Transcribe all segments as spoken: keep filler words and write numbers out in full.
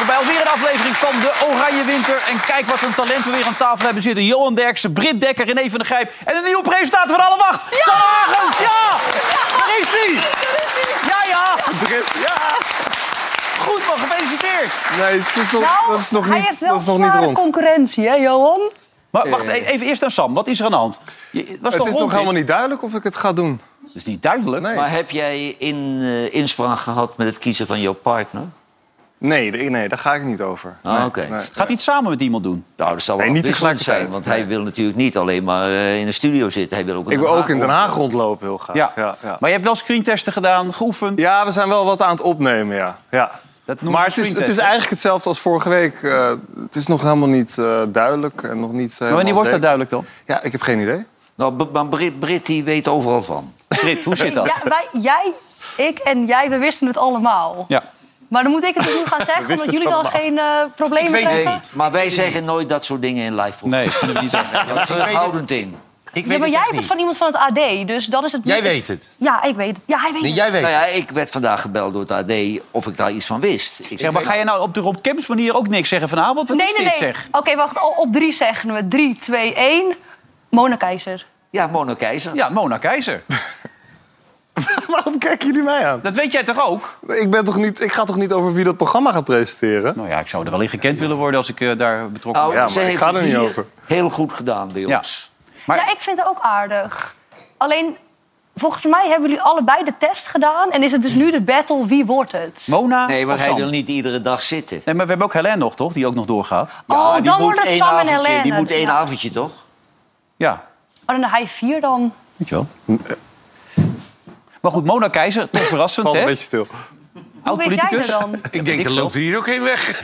bij alweer een aflevering van de Oranje Winter. En kijk wat een talent we weer aan tafel hebben zitten. Johan Derksen, Britt Dekker, René van der Gijp en de nieuwe presentator van Alle Wacht, ja! Sanne Hagens. Ja! Daar is die! Ja, ja! Britt, ja! Goed man, gefeliciteerd. Nee, het is nog, Nou, dat is nog hij niet, heeft wel dat is nog niet zware rond. concurrentie, hè, Johan? Maar wacht, even eerst aan Sam. Wat is er aan de hand? Je, het was Het toch is rond, nog helemaal dit? niet duidelijk of ik het ga doen. Dat is niet duidelijk. Nee, Maar heb jij in, uh, inspraak gehad met het kiezen van jouw partner? nee, de- nee daar ga ik niet over. Ah, Nee, oké. nee. Gaat hij het samen met iemand doen? Nou, dat zal wel Nee, niet afwisselend tegelijkertijd. zijn. Want hij wil natuurlijk niet alleen maar uh, in een studio zitten. Hij wil ook in Ik wil Den ook in Den Haag rondlopen. rondlopen heel graag. Ja. Ja, ja. Maar je hebt wel screentesten gedaan, geoefend. Ja, we zijn wel wat aan het opnemen, ja. ja. Dat noemen Maar ze het is, het is screentest, hè? eigenlijk hetzelfde als vorige week. Uh, het is nog helemaal niet uh, duidelijk en nog niet. Maar wanneer wordt dat duidelijk dan? Ja, ik heb geen idee. Nou, B- maar Brit, Brit die weet overal van. Britt, hoe zit dat? Ja, wij, jij, ik en jij, we wisten het allemaal. Ja. Maar dan moet ik het dus nu gaan zeggen, omdat het jullie dan allemaal. geen uh, problemen weet het krijgen? niet. Maar wij zeggen nooit dat soort dingen in live programma. Nee, dat moet je niet zeggen. Daar terughoudend in. Ik weet Ja, maar het jij echt hebt het niet. van iemand van het A D, dus dat is het... Jij weet het. Ja, ik weet het. Ja, hij weet Nee, het. jij weet Nou het. ja, ik werd vandaag gebeld door het A D of ik daar iets van wist. Ik Ja, zeg, maar ga je nou op de Rob Kemps manier ook niks zeggen vanavond? Wat Nee, is nee, dit, nee. zeg? Oké, wacht. O- Op drie zeggen we. Drie, twee, één. Mona Keizer. Ja, Mona Keizer. Ja, Mona Keizer. Waarom kijken jullie mij aan? Dat weet jij toch ook? Ik, ben toch niet, ik ga toch niet over wie dat programma gaat presenteren? Nou ja, ik zou er wel in gekend willen worden als ik eh, daar betrokken Nou, ben. Ja, ze maar ik heeft ga er het niet hier over. heel goed gedaan bij Ja. ons. Maar Ja, ik vind het ook aardig. Alleen, volgens mij hebben jullie allebei de test gedaan. En is het dus nu de battle, wie wordt het? Mona Nee, want of hij Sam? wil niet iedere dag zitten. Nee, maar we hebben ook Helene nog, toch? Die ook nog doorgaat. Oh, die dan moet wordt het één Sam en avondje, Helene. Die moet één Ja. avondje, toch? Ja, Oh, dan hij vier dan. weet je wel. Maar goed, Mona Keizer, toch verrassend, Valt een hè? beetje stil. Hoe weet jij Oud-politicus. er dan? Ik denk, ik er veel. loopt er hier ook heen weg.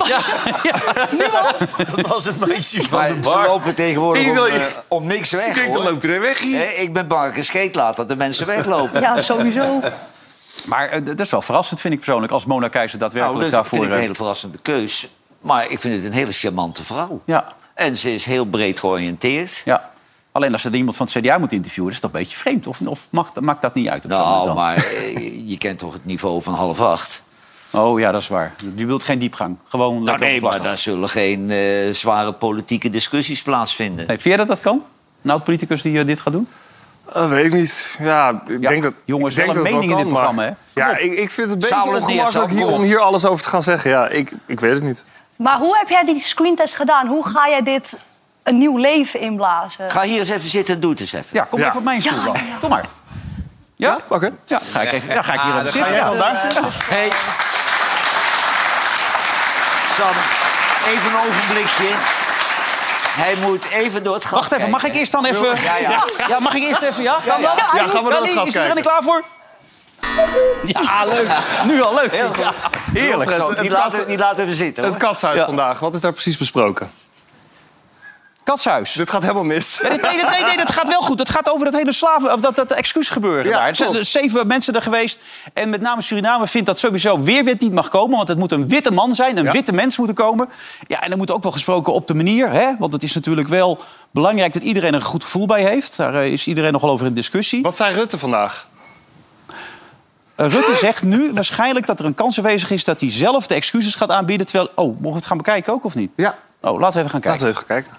Dat was het meisje van Maar de ze bar. lopen tegenwoordig Ik om, denk- eh, om niks weg, Ik denk, er hoor. loopt er een weg hier. Hè, ik ben bang dat ik een scheet laat dat de mensen weglopen. Ja, sowieso. Maar eh, dat is wel verrassend, vind ik persoonlijk, als Mona Keizer Nou, daadwerkelijk dat daarvoor... vind ik een eh, hele verrassende keus. Maar ik vind het een hele charmante vrouw. Ja, En ze is heel breed georiënteerd. ja. Alleen als ze er iemand van het C D A moet interviewen, is dat een beetje vreemd. Of, of mag, maakt dat niet uit? Op zo'n moment Nou, dan? maar eh, je kent toch het niveau van half acht? Oh ja, dat is waar. Je wilt geen diepgang. Gewoon Nou, lekker nee, maar oppervlakkig. daar zullen geen eh, zware politieke discussies plaatsvinden. Nee, vind jij dat dat kan? Een oud-politicus die eh, dit gaat doen? Uh, weet ik niet. Ja, ik Ja, denk dat. jongens, ik denk wel een dat het mening in dit kan, programma, maar- hè? Ja, ik, ik vind het een beetje Zamel het neer, ongemakkelijk Sam, hier, kom om op. hier alles over te gaan zeggen. Ja, ik, ik weet het niet. Maar hoe heb jij die screentest gedaan? Hoe ga jij dit een nieuw leven inblazen? Ga hier eens even zitten en doe het eens even. Ja, kom Ja. even op mijn stoel dan. Kom maar. Ja? Oké. Ja, ga ik, even, ja, ga ik hier even zitten. jij Ja. dan daar zitten? Hey. Sam, even een ogenblikje. Hij moet even door het gat Wacht even, mag ik kijken. eerst dan even... Ja, ja. Ja, mag ik eerst even, ja? Kan ja. dat? Ja, gaan we door het Rally, gat is iedereen er kijken. klaar voor? Ja, leuk. Nu al leuk. Heel goed. Ja, heerlijk. Wilfred, Zo, het niet, kat- laten, niet laten we zitten, hoor. Het katshuis Ja. vandaag, wat is daar precies besproken? Katshuis. Dit gaat helemaal mis. Nee, nee, nee, nee, dat gaat wel goed. Het gaat over dat hele slaven... of dat, dat excuusgebeuren Ja, daar. Er zijn klopt. zeven mensen er geweest. En met name Suriname vindt dat sowieso weerwit niet mag komen. Want het moet een witte man zijn. Een Ja. witte mens moeten komen. Ja, en er moet ook wel gesproken op de manier. Hè? Want het is natuurlijk wel belangrijk dat iedereen er een goed gevoel bij heeft. Daar eh, is iedereen nogal over in discussie. Wat zei Rutte vandaag? Uh, Rutte zegt nu waarschijnlijk dat er een kans aanwezig is... dat hij zelf de excuses gaat aanbieden. Terwijl... Oh, mogen we het gaan bekijken ook of niet? Ja, Oh, laten we even gaan kijken. laten we even kijken.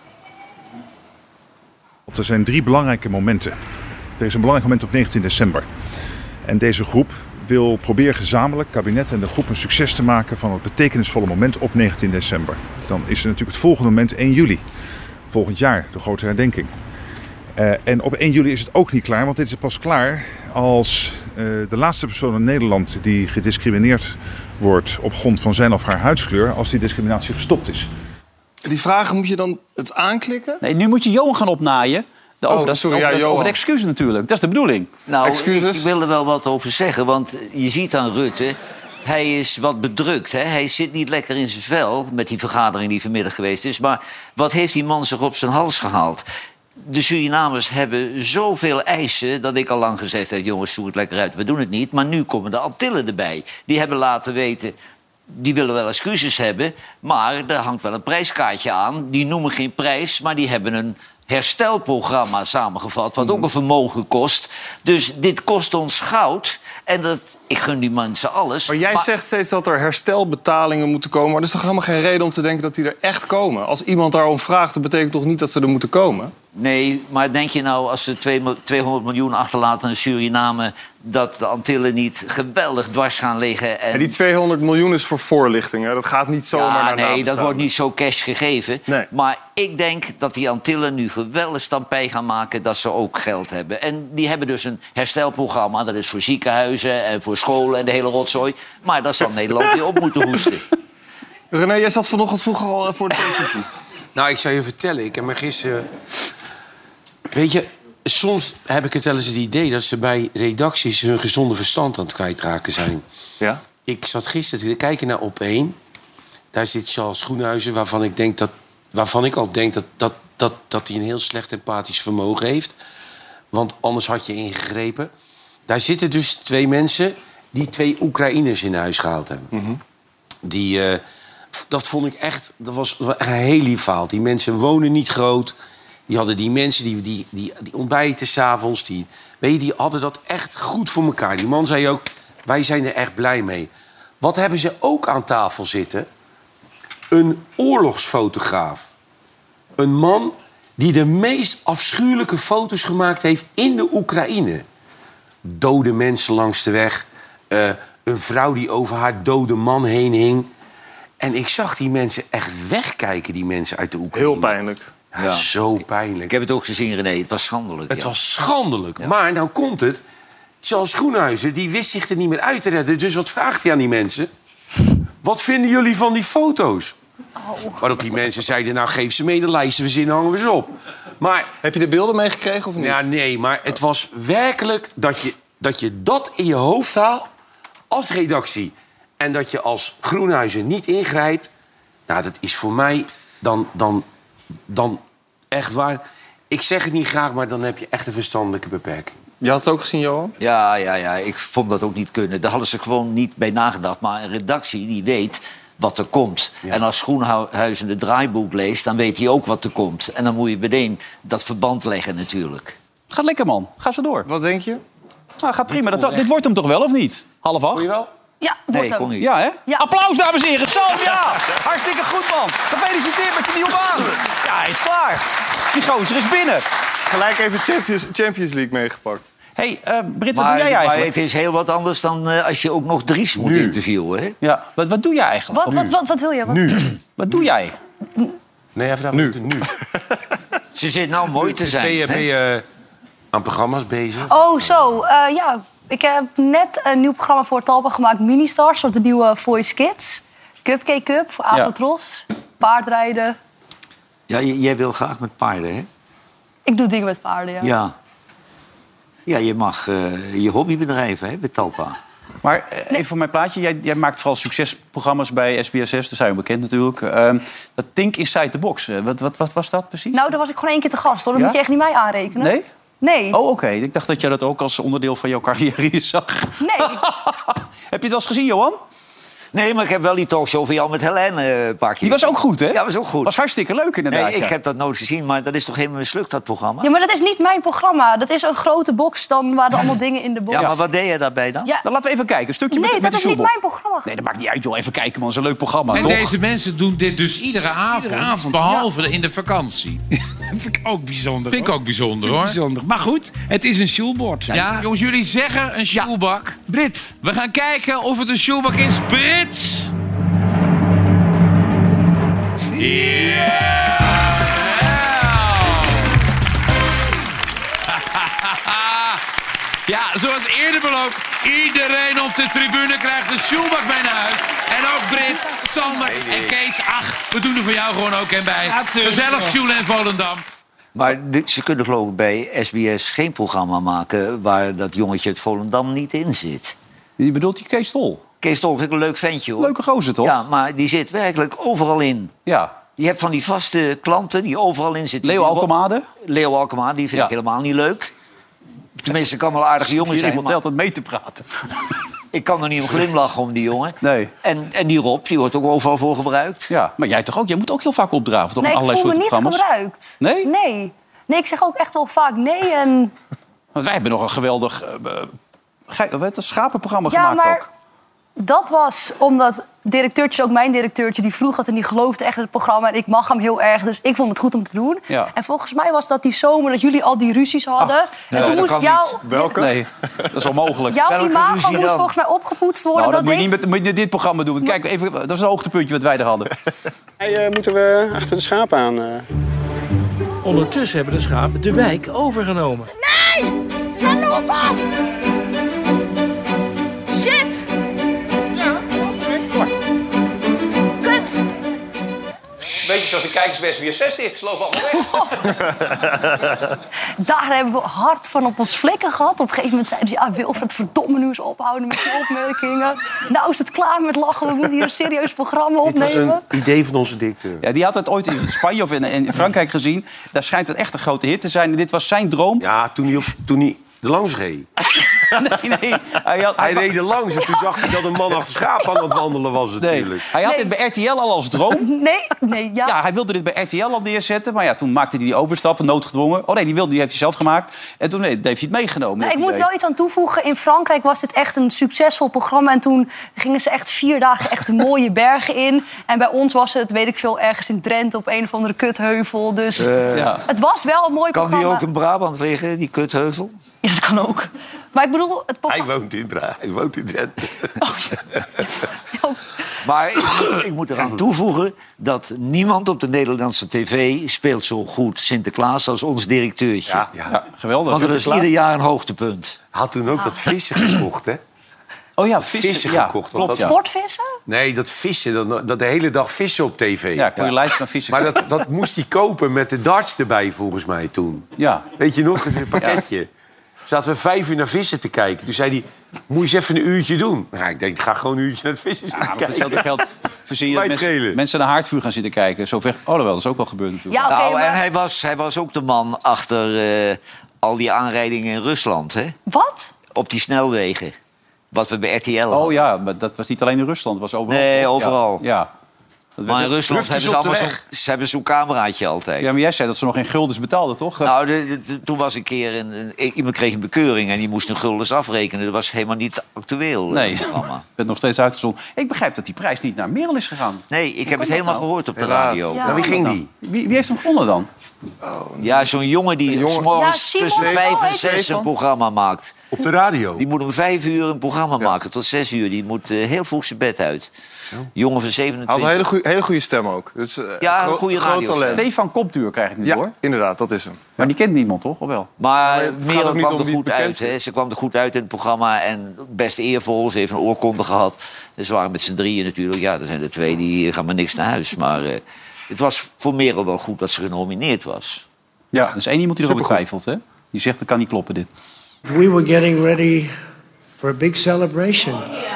Er zijn drie belangrijke momenten. Er is een belangrijk moment op negentien december. En deze groep wil proberen gezamenlijk, kabinet en de groep, een succes te maken van het betekenisvolle moment op negentien december. Dan is er natuurlijk het volgende moment één juli. Volgend jaar, de grote herdenking. Uh, en op één juli is het ook niet klaar, want dit is pas klaar als uh, de laatste persoon in Nederland die gediscrimineerd wordt op grond van zijn of haar huidskleur, als die discriminatie gestopt is. Die vragen moet je dan het aanklikken? Nee, nu moet je Johan gaan opnaaien. De, over, Oh, dat- sorry, over, ja, dat- Johan. over de excuses natuurlijk. Dat is de bedoeling. Nou, Excuses. ik, ik wil er wel wat over zeggen. Want je ziet aan Rutte, hij is wat bedrukt. Hè? Hij zit niet lekker in zijn vel met die vergadering die vanmiddag geweest is. Maar wat heeft die man zich op zijn hals gehaald? De Surinamers hebben zoveel eisen dat ik al lang gezegd heb... jongens, zoek het lekker uit, we doen het niet. Maar nu komen de Antillen erbij. Die hebben laten weten... Die willen wel excuses hebben, maar er hangt wel een prijskaartje aan. Die noemen geen prijs, maar die hebben een herstelprogramma samengevat, wat ook een vermogen kost. Dus dit kost ons goud. En dat, ik gun die mensen alles. Maar jij maar, zegt steeds dat er herstelbetalingen moeten komen. Maar er is toch helemaal geen reden om te denken dat die er echt komen? Als iemand daarom vraagt, dat betekent toch niet dat ze er moeten komen? Nee, maar denk je nou, als ze tweehonderd miljoen achterlaten in Suriname, dat de Antillen niet geweldig dwars gaan liggen? En... En die tweehonderd miljoen is voor voorlichting, hè? Dat gaat niet zomaar ja, naar nee, nabestaanden. dat wordt niet zo cash gegeven. Nee. Maar ik denk dat die Antillen nu geweldig stampij gaan maken dat ze ook geld hebben. En die hebben dus een herstelprogramma. Dat is voor ziekenhuizen en voor scholen en de hele rotzooi. Maar dat zal Nederland weer op moeten hoesten. René, jij zat vanochtend vroeg al voor de televisie. Nou, ik zou je vertellen, ik heb me gisteren... Weet je, soms heb ik het wel eens het idee dat ze bij redacties hun gezonde verstand aan het kwijtraken zijn. Ja? Ik zat gisteren te kijken naar Op één. Daar zit Charles Schoenhuizen, waarvan ik, denk dat, waarvan ik al denk dat, dat, dat, dat hij een heel slecht empathisch vermogen heeft. Want anders had je ingegrepen. Daar zitten dus twee mensen die twee Oekraïners in huis gehaald hebben. Mm-hmm. Die, uh, dat vond ik echt, dat was een heel lief verhaal. Die mensen wonen niet groot. Die hadden die mensen, die, die, die, die ontbijten s'avonds. Die, weet je, die hadden dat echt goed voor elkaar. Die man zei ook, wij zijn er echt blij mee. Wat hebben ze ook aan tafel zitten? Een oorlogsfotograaf. Een man die de meest afschuwelijke foto's gemaakt heeft in de Oekraïne. Dode mensen langs de weg. Uh, een vrouw die over haar dode man heen hing. En ik zag die mensen echt wegkijken, die mensen uit de Oekraïne. Heel pijnlijk. Ja, ja. Zo pijnlijk. Ik heb het ook gezien, René. Het was schandelijk. Het ja. was schandelijk. Ja. Maar nou komt het. Charles Schoenhuizen, die wist zich er niet meer uit te redden. Dus wat vraagt hij aan die mensen? Wat vinden jullie van die foto's? Oh. Waarop die mensen zeiden, nou geef ze mee, dan lijsten we ze in, hangen we ze op. Maar, heb je de beelden meegekregen of niet? Ja, nee, maar het was werkelijk dat je, dat je dat in je hoofd haalt als redactie. En dat je als Groenhuizen niet ingrijpt. Nou, dat is voor mij dan, dan, dan echt waar. Ik zeg het niet graag, maar dan heb je echt een verstandelijke beperking. Je had het ook gezien, Johan? Ja, ja, ja, ik vond dat ook niet kunnen. Daar hadden ze gewoon niet bij nagedacht. Maar een redactie die weet wat er komt. Ja. En als Schoenhuizen de draaiboek leest, dan weet hij ook wat er komt. En dan moet je meteen dat verband leggen natuurlijk. Het gaat lekker, man. Ga zo door. Wat denk je? Nou, gaat prima. Dat, dit wordt hem toch wel, of niet? Half acht? Hoor je wel? Ja, nee, wordt kon niet. Ja, hè? Ja. Applaus, dames en heren. Sam, ja! Hartstikke goed, man. Gefeliciteerd met je nieuwe baan. Ja, hij is klaar. Die gozer is binnen. Gelijk even Champions, Champions League meegepakt. Hé, hey, uh, Britt, wat maar, doe jij eigenlijk? Maar het is heel wat anders dan uh, als je ook nog Dries moet nu. interviewen, hè? Ja, wat, wat doe jij eigenlijk? Wat, wat, wat, wat wil je? Wat? Nu. Wat doe jij? Nee, hij vraagt nu. nu. Ze zit nou mooi te zijn. Ben je, ben je aan programma's bezig? Oh, zo. Uh, ja, ik heb net een nieuw programma voor Talpa gemaakt. Ministars, soort de nieuwe Voice Kids. Cupcake Cup voor Avatros. Ja. Paardrijden. Ja, j- jij wil graag met paarden, hè? Ik doe dingen met paarden, ja. Ja. Ja, je mag uh, je hobby bedrijven, hè, bij Talpa. Maar uh, even nee. voor mijn plaatje. Jij, jij maakt vooral succesprogramma's bij S B S zes. Daar zijn we bekend natuurlijk. Uh, dat Think Inside the Box. Uh, wat, wat, wat was dat precies? Nou, daar was ik gewoon één keer te gast, hoor. Dat ja? moet je echt niet mij aanrekenen. Nee? Nee. Oh, oké. Okay. Ik dacht dat jij dat ook als onderdeel van jouw carrière zag. Nee. Heb je het wel eens gezien, Johan? Nee, maar ik heb wel die talkshow van jou met Helene een uh, paar keer. Die was ook goed, hè? Ja, was ook goed. Was hartstikke leuk, inderdaad. Nee, ik ja. heb dat nooit gezien, maar dat is toch helemaal mislukt, dat programma? Ja, maar dat is niet mijn programma. Dat is een grote box dan waar er allemaal dingen in de box... Ja, maar wat deed je daarbij dan? Ja. Dan laten we even kijken. Een stukje nee, met, met de dat is niet soepel. mijn programma. Nee, dat maakt niet uit, joh. Even kijken, man. Dat is een leuk programma, En toch? deze mensen doen dit dus iedere avond, Iedere avond, behalve in de vakantie. Dat vind ik ook bijzonder. Vind ik ook bijzonder, hoor. hoor. Bijzonder. Maar goed, het is een shoelbord. Ja, jongens, jullie zeggen een shoelbak. Ja. Brit. We gaan kijken of het een shoelbak is. Brits. Ja! Ja, zoals eerder beloofd, iedereen op de tribune krijgt een shoelbak mee naar huis. En ook Brit, Sander en Kees. Ach, we doen er voor jou gewoon ook en bij. Gezellig Sjoelen en Volendam. Maar dit, ze kunnen geloof ik bij S B S geen programma maken waar dat jongetje uit Volendam niet in zit. Je bedoelt die Kees Tol? Kees Tol vind ik een leuk ventje, hoor. Leuke gozer, toch? Ja, maar die zit werkelijk overal in. Ja. Je hebt van die vaste klanten die overal in zitten. Leo Alkemade? Leo Alkemade, die vind ja. ik helemaal niet leuk. Tenminste, kan wel aardige jongen zijn. Iemand telt het mee te praten. Ik kan er niet om glimlachen om die jongen. Nee. En, en die Rob, die wordt ook overal voor gebruikt. Ja, maar jij toch ook? Jij moet ook heel vaak opdraven, toch? Nee, in allerlei ik voel me soorten niet programma's. gebruikt. Nee? Nee. Nee, ik zeg ook echt wel vaak nee. En... Want wij hebben nog een geweldig uh, ge- wat, een schapenprogramma ja, gemaakt maar ook. Dat was omdat directeurtjes, ook mijn directeurtje, die vroeg het en die geloofde echt in het programma. En ik mag hem heel erg, dus ik vond het goed om te doen. Ja. En volgens mij was dat die zomer dat jullie al die ruzies hadden. Ach, en nee, toen dat moest kan jouw... Welke? Nee, dat is onmogelijk. Jouw Welke imago ruzie moest dan? volgens mij opgepoetst worden. Nou, dat moet je deed- niet met, moet je niet dit programma doen. Want kijk, even, dat is een hoogtepuntje wat wij er hadden. Hey, uh, moeten we achter de schapen aan? Uh... Ondertussen hebben de schapen de wijk overgenomen. Nee! Ze zijn nog op af! Shit! Ja, kut! Weet je, zoals de kijkers bij S B S zes dit, sloop al weg. Daar hebben we hard van op ons flikken gehad. Op een gegeven moment zeiden ze, ja, Wilfred, verdomme nu eens ophouden met die opmerkingen. Nou is het klaar met lachen, we moeten hier een serieus programma Dit was opnemen. een idee van onze directeur. Ja, die had het ooit in Spanje of in, in Frankrijk gezien. Daar schijnt het echt een grote hit te zijn. En dit was zijn droom. Ja, toen hij, op, toen hij er langs reed. Nee, nee. Hij, had, Hij reed er langs en toen zag hij dat een man achter schapen aan het wandelen was natuurlijk. Nee. Hij had Nee. dit bij R T L al als droom. Nee, nee, ja. Ja, hij wilde dit bij R T L al neerzetten. Maar ja, toen maakte hij die overstappen, noodgedwongen. Oh nee, die, wilde, die heeft hij zelf gemaakt. En toen nee, heeft hij het meegenomen. Nou, dat ik moet idee. wel iets aan toevoegen. In Frankrijk was dit echt een succesvol programma. En toen gingen ze echt vier dagen echt de mooie bergen in. En bij ons was het, weet ik veel, ergens in Drenthe op een of andere kutheuvel. Dus Ja. het was wel een mooi Kan programma. die ook in Brabant liggen, die kutheuvel? Ja, dat kan ook. Maar ik bedoel, het Hij programma... woont in Bra, hij woont in Drenthe. Maar ik, moet- ik moet eraan toevoegen dat niemand op de Nederlandse tv speelt zo goed Sinterklaas als ons directeurtje. Ja, ja. Ja, geweldig. Want er is ieder jaar een hoogtepunt. Had toen ook dat vissen gekocht, hè? Oh ja, vissen, Vissen ja, gekocht, want Klopt, dat- ja. Sportvissen? Nee, dat vissen, dat, dat de hele dag vissen op tv. Ja, kon je lijst van vissen. Maar dat, dat moest hij kopen met de darts erbij, volgens mij, toen. Ja. Weet je nog, een pakketje. Zaten we vijf uur naar vissen te kijken. Toen zei hij, moet je eens even een uurtje doen? Ja, ik denk, ga gewoon een uurtje naar het vissen Ja, maar voor kijken. hetzelfde geld verzin je Mij dat het mensen, schelen. mensen naar haardvuur gaan zitten kijken. Zo ver, oh, dat is ook wel gebeurd natuurlijk. Ja, oké, nou, maar... en hij was, hij was ook de man achter eh, al die aanrijdingen in Rusland, hè? Wat? Op die snelwegen. Wat we bij R T L hadden. Oh ja, maar dat was niet alleen in Rusland, het was overal. Nee, Ja, overal. Ja. Dat Maar in werd- Rusland Luchtjes hebben ze op de allemaal zo'n- ze hebben zo'n cameraatje altijd. Ja, maar jij zei dat ze nog geen guldens betaalden, toch? Nou, de, de- de- toen was een keer... Een, een- iemand kreeg een bekeuring en die moest een guldens afrekenen. Dat was helemaal niet actueel, nee, het ik programma. ben nog steeds uitgezonden. Ik begrijp dat die prijs niet naar Merel is gegaan. Nee, ik heb het dat helemaal nou? gehoord op de Helaas. radio. Ja. Nou, wie ging die? Wie, wie heeft hem gewonnen dan? Ja, zo'n jongen die jongen- Ja, s'morgens Simon tussen Vel vijf en heet zes hij. een programma maakt. Op de radio. Die moet om vijf uur een programma maken, tot zes uur. Die moet eh, heel vroeg zijn bed uit. Jongen van Hij had zevenentwintig. een hele goede, hele goede stem ook. Dus, uh, Ja, een gro- goede groot radiostem. talent. Stefan Kopduur krijg ik nu Ja, door. inderdaad, dat is hem. Maar die kent niemand, toch? Of wel? Maar het gaat Merel ook niet kwam om er wie goed bekend uit. Hè. Ze kwam er goed uit in het programma. En best eervol. Ze heeft een oorkonde gehad. Ze waren met z'n drieën natuurlijk. Ja, er zijn er twee die gaan maar niks naar huis. Maar eh, het was voor Merel wel goed dat ze genomineerd was. Ja, er is één iemand die erover Supergoed. twijfelt, hè? Die zegt, dat kan niet kloppen, dit. We were getting ready for a big celebration.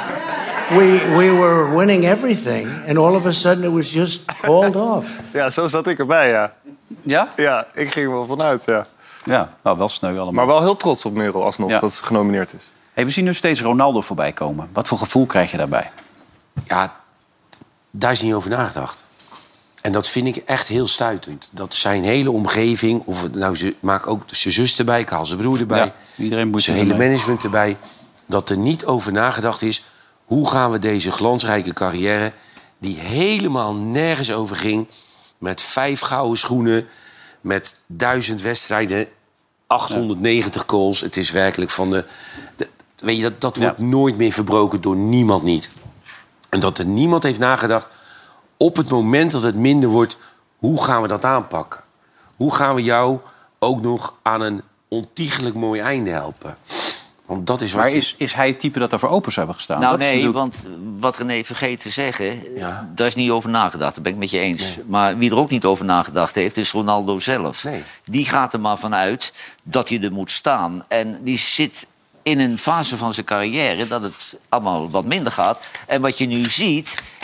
We, we were winning everything, and all of a sudden it was just called off. Ja, zo zat ik erbij, ja. Ja? Ja, ik ging er wel vanuit, ja. Ja, nou, wel sneu allemaal. Maar wel heel trots op Merel alsnog, Ja. dat ze genomineerd is. Hey, we zien nu steeds Ronaldo voorbij komen. Wat voor gevoel krijg je daarbij? Ja, daar is niet over nagedacht. En dat vind ik echt heel stuitend. Dat zijn hele omgeving, of het nou, ze maak ook zijn zus erbij, ik haal zijn broer erbij, Ja, iedereen moet zijn er hele mee. management erbij, dat er niet over nagedacht is, hoe gaan we deze glansrijke carrière, die helemaal nergens over ging, met vijf gouden schoenen, met duizend wedstrijden, achthonderdnegentig goals. Het is werkelijk van de... de weet je, dat, dat wordt Ja. nooit meer verbroken door niemand niet. En dat er niemand heeft nagedacht, op het moment dat het minder wordt, hoe gaan we dat aanpakken? Hoe gaan we jou ook nog aan een ontiegelijk mooi einde helpen? Want dat is wat Maar je- is, is hij het type dat er voor open zou hebben gestaan? Nou Dat is nee, natuurlijk- want wat René vergeet te zeggen, Ja. daar is niet over nagedacht. Daar ben ik met je eens. Maar wie er ook niet over nagedacht heeft, is Ronaldo zelf. Nee. Die gaat er maar vanuit dat hij er moet staan. En die zit in een fase van zijn carrière dat het allemaal wat minder gaat. En wat je nu ziet,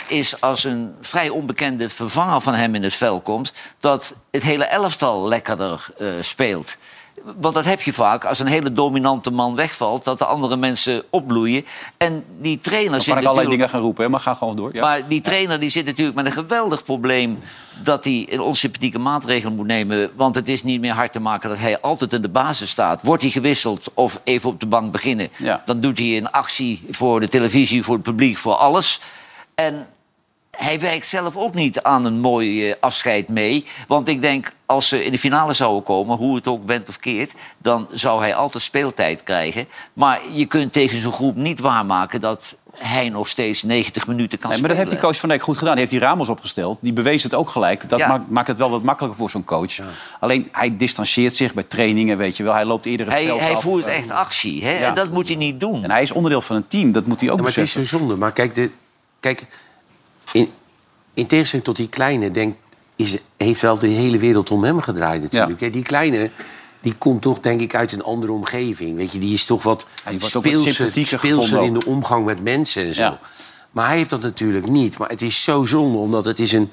is als een vrij onbekende vervanger van hem in het veld komt, dat het hele elftal lekkerder uh, speelt. Want dat heb je vaak als een hele dominante man wegvalt, dat de andere mensen opbloeien. En die trainer Dan zit kan ik natuurlijk... allerlei dingen gaan roepen, hè? Maar ga gewoon door. Ja. Maar die trainer die zit natuurlijk met een geweldig probleem dat hij een onsympathieke maatregel moet nemen. Want het is niet meer hard te maken dat hij altijd in de basis staat. Wordt hij gewisseld of even op de bank beginnen, Ja. dan doet hij een actie voor de televisie, voor het publiek, voor alles. En hij werkt zelf ook niet aan een mooi uh, afscheid mee. Want ik denk, als ze in de finale zouden komen, hoe het ook bent of keert, dan zou hij altijd speeltijd krijgen. Maar je kunt tegen zo'n groep niet waarmaken dat hij nog steeds negentig minuten kan Nee, maar spelen. dat heeft die coach van Dijk goed gedaan. Die heeft die Ramos opgesteld. Die bewees het ook gelijk. Dat Ja. maakt, maakt het wel wat makkelijker voor zo'n coach. Ja. Alleen, hij distanceert zich bij trainingen, weet je wel. Hij loopt eerder het Hij, veld hij af. voert echt actie. Hè? Ja. En dat moet hij niet doen. En hij is onderdeel van een team. Dat moet hij ook Ja, maar het is beseffen. een zonde. Maar kijk, de, kijk in, in tegenstelling tot die kleine... Denk, is, heeft wel de hele wereld om hem gedraaid natuurlijk. Ja. Ja, die kleine die komt toch denk ik uit een andere omgeving. Weet je, die is toch wat Ja, die wordt ook wat speelser, sympathieker speelser gevonden in ook. de omgang met mensen en zo. Ja. Maar hij heeft dat natuurlijk niet. Maar het is zo zonde, omdat het is een...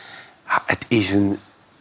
Het is een...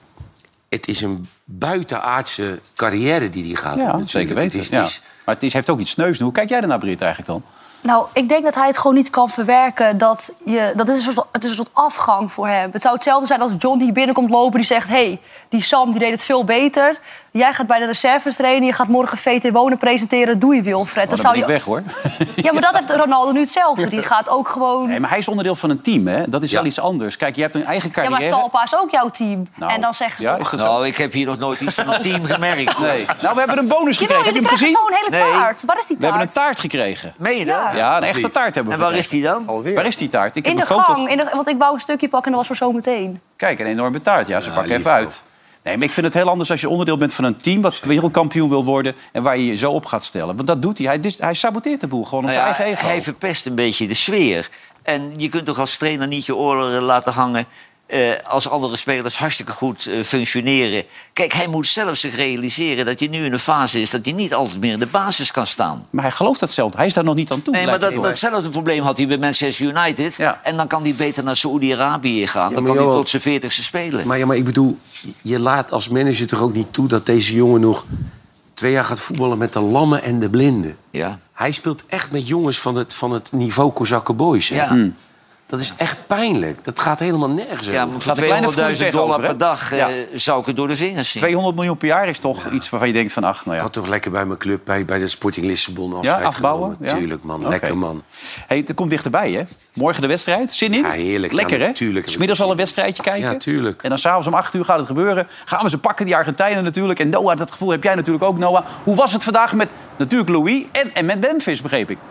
Het is een buitenaardse carrière die hij gaat doen. Ja, natuurlijk. zeker weten. Het is, ja. het is, Maar het is, heeft ook iets sneus. Hoe kijk jij ernaar, Britt, eigenlijk dan? Nou, ik denk dat hij het gewoon niet kan verwerken. Dat je, dat is een soort, het is een soort afgang voor hem. Het zou hetzelfde zijn als John die binnenkomt lopen. Die zegt, hé, hey, die Sam die deed het veel beter. Jij gaat bij de reserves trainen. Je gaat morgen V T Wonen presenteren. Doe je, Wilfred. Oh, dan zou ben ik je... weg, hoor. Ja, maar dat heeft Ronaldo nu hetzelfde. Die gaat ook gewoon... Nee, maar hij is onderdeel van een team, hè? Dat is Ja. wel iets anders. Kijk, je hebt een eigen Ja, carrière. maar Talpa is ook jouw team. Nou, en dan zeggen ze ja, toch... is dat zo? Nou, ik heb hier nog nooit iets van een team gemerkt. Nee. Nou, we hebben een bonus Jawel, gekregen. Heb je hem krijgen gezien? zo'n hele Nee. taart. Waar is die We hebben taart? een taart gekregen. Meen je dat? Ja. Ja, een echte taart hebben we En waar is gekregen. die dan? Alweer. Waar is die taart? Ik In heb de een foto. gang. In de, want ik wou een stukje pakken en dat was voor zometeen. Kijk, een enorme taart. Ja, ze pakken lief even uit. toch. Nee, maar ik vind het heel anders als je onderdeel bent van een team wat wereldkampioen wil worden en waar je je zo op gaat stellen. Want dat doet hij. Hij, dis- hij saboteert de boel gewoon om Nou zijn ja, eigen ego. hij verpest een beetje de sfeer. En je kunt toch als trainer niet je oren laten hangen eh, als andere spelers hartstikke goed eh, functioneren. Kijk, hij moet zelf zich realiseren dat hij nu in een fase is dat hij niet altijd meer in de basis kan staan. Maar hij gelooft dat zelf. Hij is daar nog niet aan toe. Nee, maar lijkt dat, het. datzelfde probleem had hij bij Manchester United. Ja. En dan kan hij beter naar Saoedi-Arabië gaan. Ja, dan maar kan hij Johan- tot zijn veertigste spelen. maar, ja, maar ik bedoel, je laat als manager toch ook niet toe dat deze jongen nog twee jaar gaat voetballen met de lammen en de blinden. Ja. Hij speelt echt met jongens van het, van het niveau Kozakken Boys. Hè? Ja. Dat is echt pijnlijk. Dat gaat helemaal nergens Ja, over. maar Gaat voor een kleine tweehonderdduizend voet dollar tegenover, per hè? dag Ja. eh, zou ik het door de vingers zien. tweehonderd miljoen per jaar is toch iets waarvan je denkt van ach, nou Ik ja. had toch lekker bij mijn club, bij, bij de Sporting Lissabon afscheid afbouwen? genomen. Ja? Tuurlijk, man. Oké. Lekker, man. Hey, het komt dichterbij, hè? Morgen de wedstrijd. Zin in? Ja, heerlijk. Lekker, Ja, hè? natuurlijk. Smiddags al een wedstrijdje kijken. Ja, tuurlijk. En dan s'avonds om acht uur gaat het gebeuren. Gaan we ze pakken, die Argentijnen natuurlijk. En Noah, dat gevoel heb jij natuurlijk ook, Noah. Hoe was het vandaag met natuurlijk Louis en, en met Memphis, begreep ik?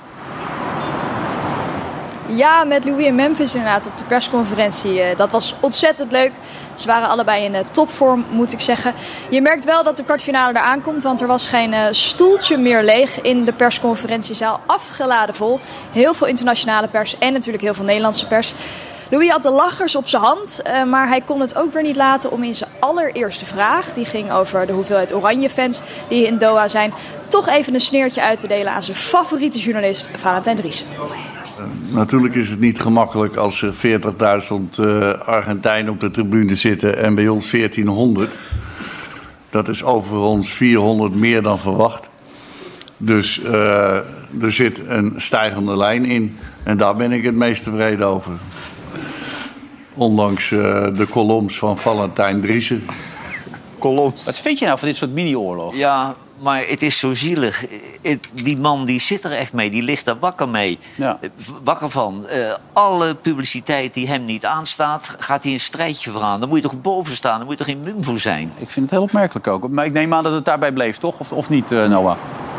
Ja, met Louis en Memphis inderdaad op de persconferentie. Uh, dat was ontzettend leuk. Ze waren allebei in uh, topvorm, moet ik zeggen. Je merkt wel dat de kwartfinale eraan komt, want er was geen uh, stoeltje meer leeg in de persconferentiezaal. Afgeladen vol. Heel veel internationale pers en natuurlijk heel veel Nederlandse pers. Louis had de lachers op zijn hand, uh, maar hij kon het ook weer niet laten om in zijn allereerste vraag, die ging over de hoeveelheid Oranje-fans die in Doha zijn, toch even een sneertje uit te delen aan zijn favoriete journalist, Valentijn Driessen. Natuurlijk is het niet gemakkelijk als er veertigduizend uh, Argentijnen op de tribune zitten en bij ons veertienhonderd. Dat is overigens vierhonderd meer dan verwacht. Dus uh, er zit een stijgende lijn in en daar ben ik het meest tevreden over. Ondanks uh, de columns van Valentijn Driessen. Columns. Wat vind je nou van dit soort mini-oorlog? Ja, maar het is zo zielig. Het- die man die zit er echt mee, die ligt er wakker mee. Ja. Wakker van. Uh, alle publiciteit die hem niet aanstaat, gaat hij een strijdje voor aan. Dan moet je toch boven staan, dan moet je toch geen mum voor zijn. Ik vind het heel opmerkelijk ook. Maar ik neem aan dat het daarbij bleef, toch? Of, of niet, uh, Noah?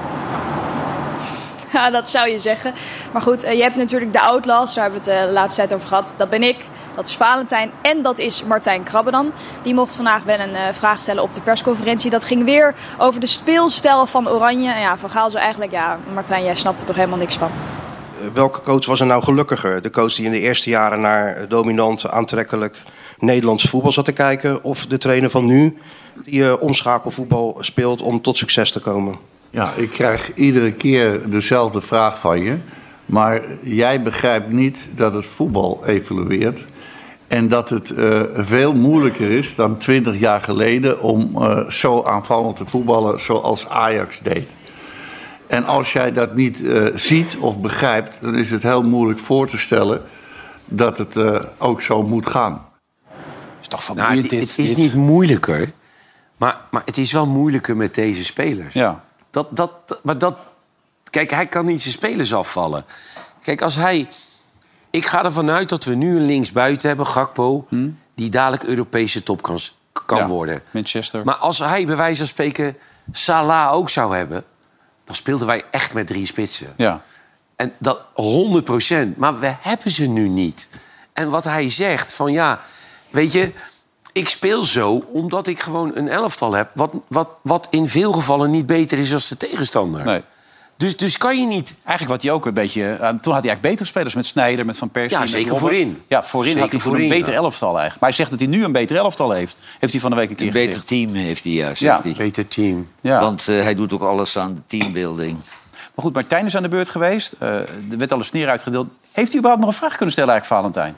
Ja, dat zou je zeggen. Maar goed, uh, je hebt natuurlijk de Outlaws, daar hebben we het uh, de laatste tijd over gehad. Dat ben ik, dat is Valentijn en dat is Martijn Krabbedam. Die mocht vandaag wel een uh, vraag stellen op de persconferentie. Dat ging weer over de speelstijl van Oranje. En ja, Van Gaal zei eigenlijk, ja, Martijn, jij snapt er toch helemaal niks van. Welke coach was er nou gelukkiger? De coach die in de eerste jaren naar dominant, aantrekkelijk Nederlands voetbal zat te kijken, of de trainer van nu die uh, omschakelvoetbal speelt om tot succes te komen? Ja, ik krijg iedere keer dezelfde vraag van je. Maar jij begrijpt niet dat het voetbal evolueert. En dat het uh, veel moeilijker is dan twintig jaar geleden om uh, zo aanvallend te voetballen zoals Ajax deed. En als jij dat niet uh, ziet of begrijpt, dan is het heel moeilijk voor te stellen dat het uh, ook zo moet gaan. Is toch van nou, het, dit, het dit. is niet moeilijker, maar, maar het is wel moeilijker met deze spelers. Ja. Dat, dat, maar dat, kijk, hij kan niet zijn spelers afvallen. Kijk, als hij... Ik ga ervan uit dat we nu een linksbuiten hebben, Gakpo... Hmm? die dadelijk Europese top kan, kan ja, worden. Manchester. Maar als hij bij wijze van spreken Salah ook zou hebben... dan speelden wij echt met drie spitsen. Ja. En dat honderd procent. Maar we hebben ze nu niet. En wat hij zegt van ja, weet je... ik speel zo omdat ik gewoon een elftal heb... wat, wat, wat in veel gevallen niet beter is dan de tegenstander. Nee. Dus, dus kan je niet... Eigenlijk wat hij ook een beetje... Uh, toen had hij eigenlijk betere spelers met Sneijder, met Van Persie. Ja, met zeker Robben. voorin. Ja, voorin zeker had hij voor voorin, een beter ja. elftal eigenlijk. Maar hij zegt dat hij nu een beter elftal heeft. Heeft hij van de week een keer Een gezegd. beter team heeft hij juist. Ja, een beter team. Ja. Want uh, hij doet ook alles aan de teambuilding. Maar goed, Martijn is aan de beurt geweest. Uh, er werd al een sneer uitgedeeld. Heeft hij überhaupt nog een vraag kunnen stellen eigenlijk, Valentijn?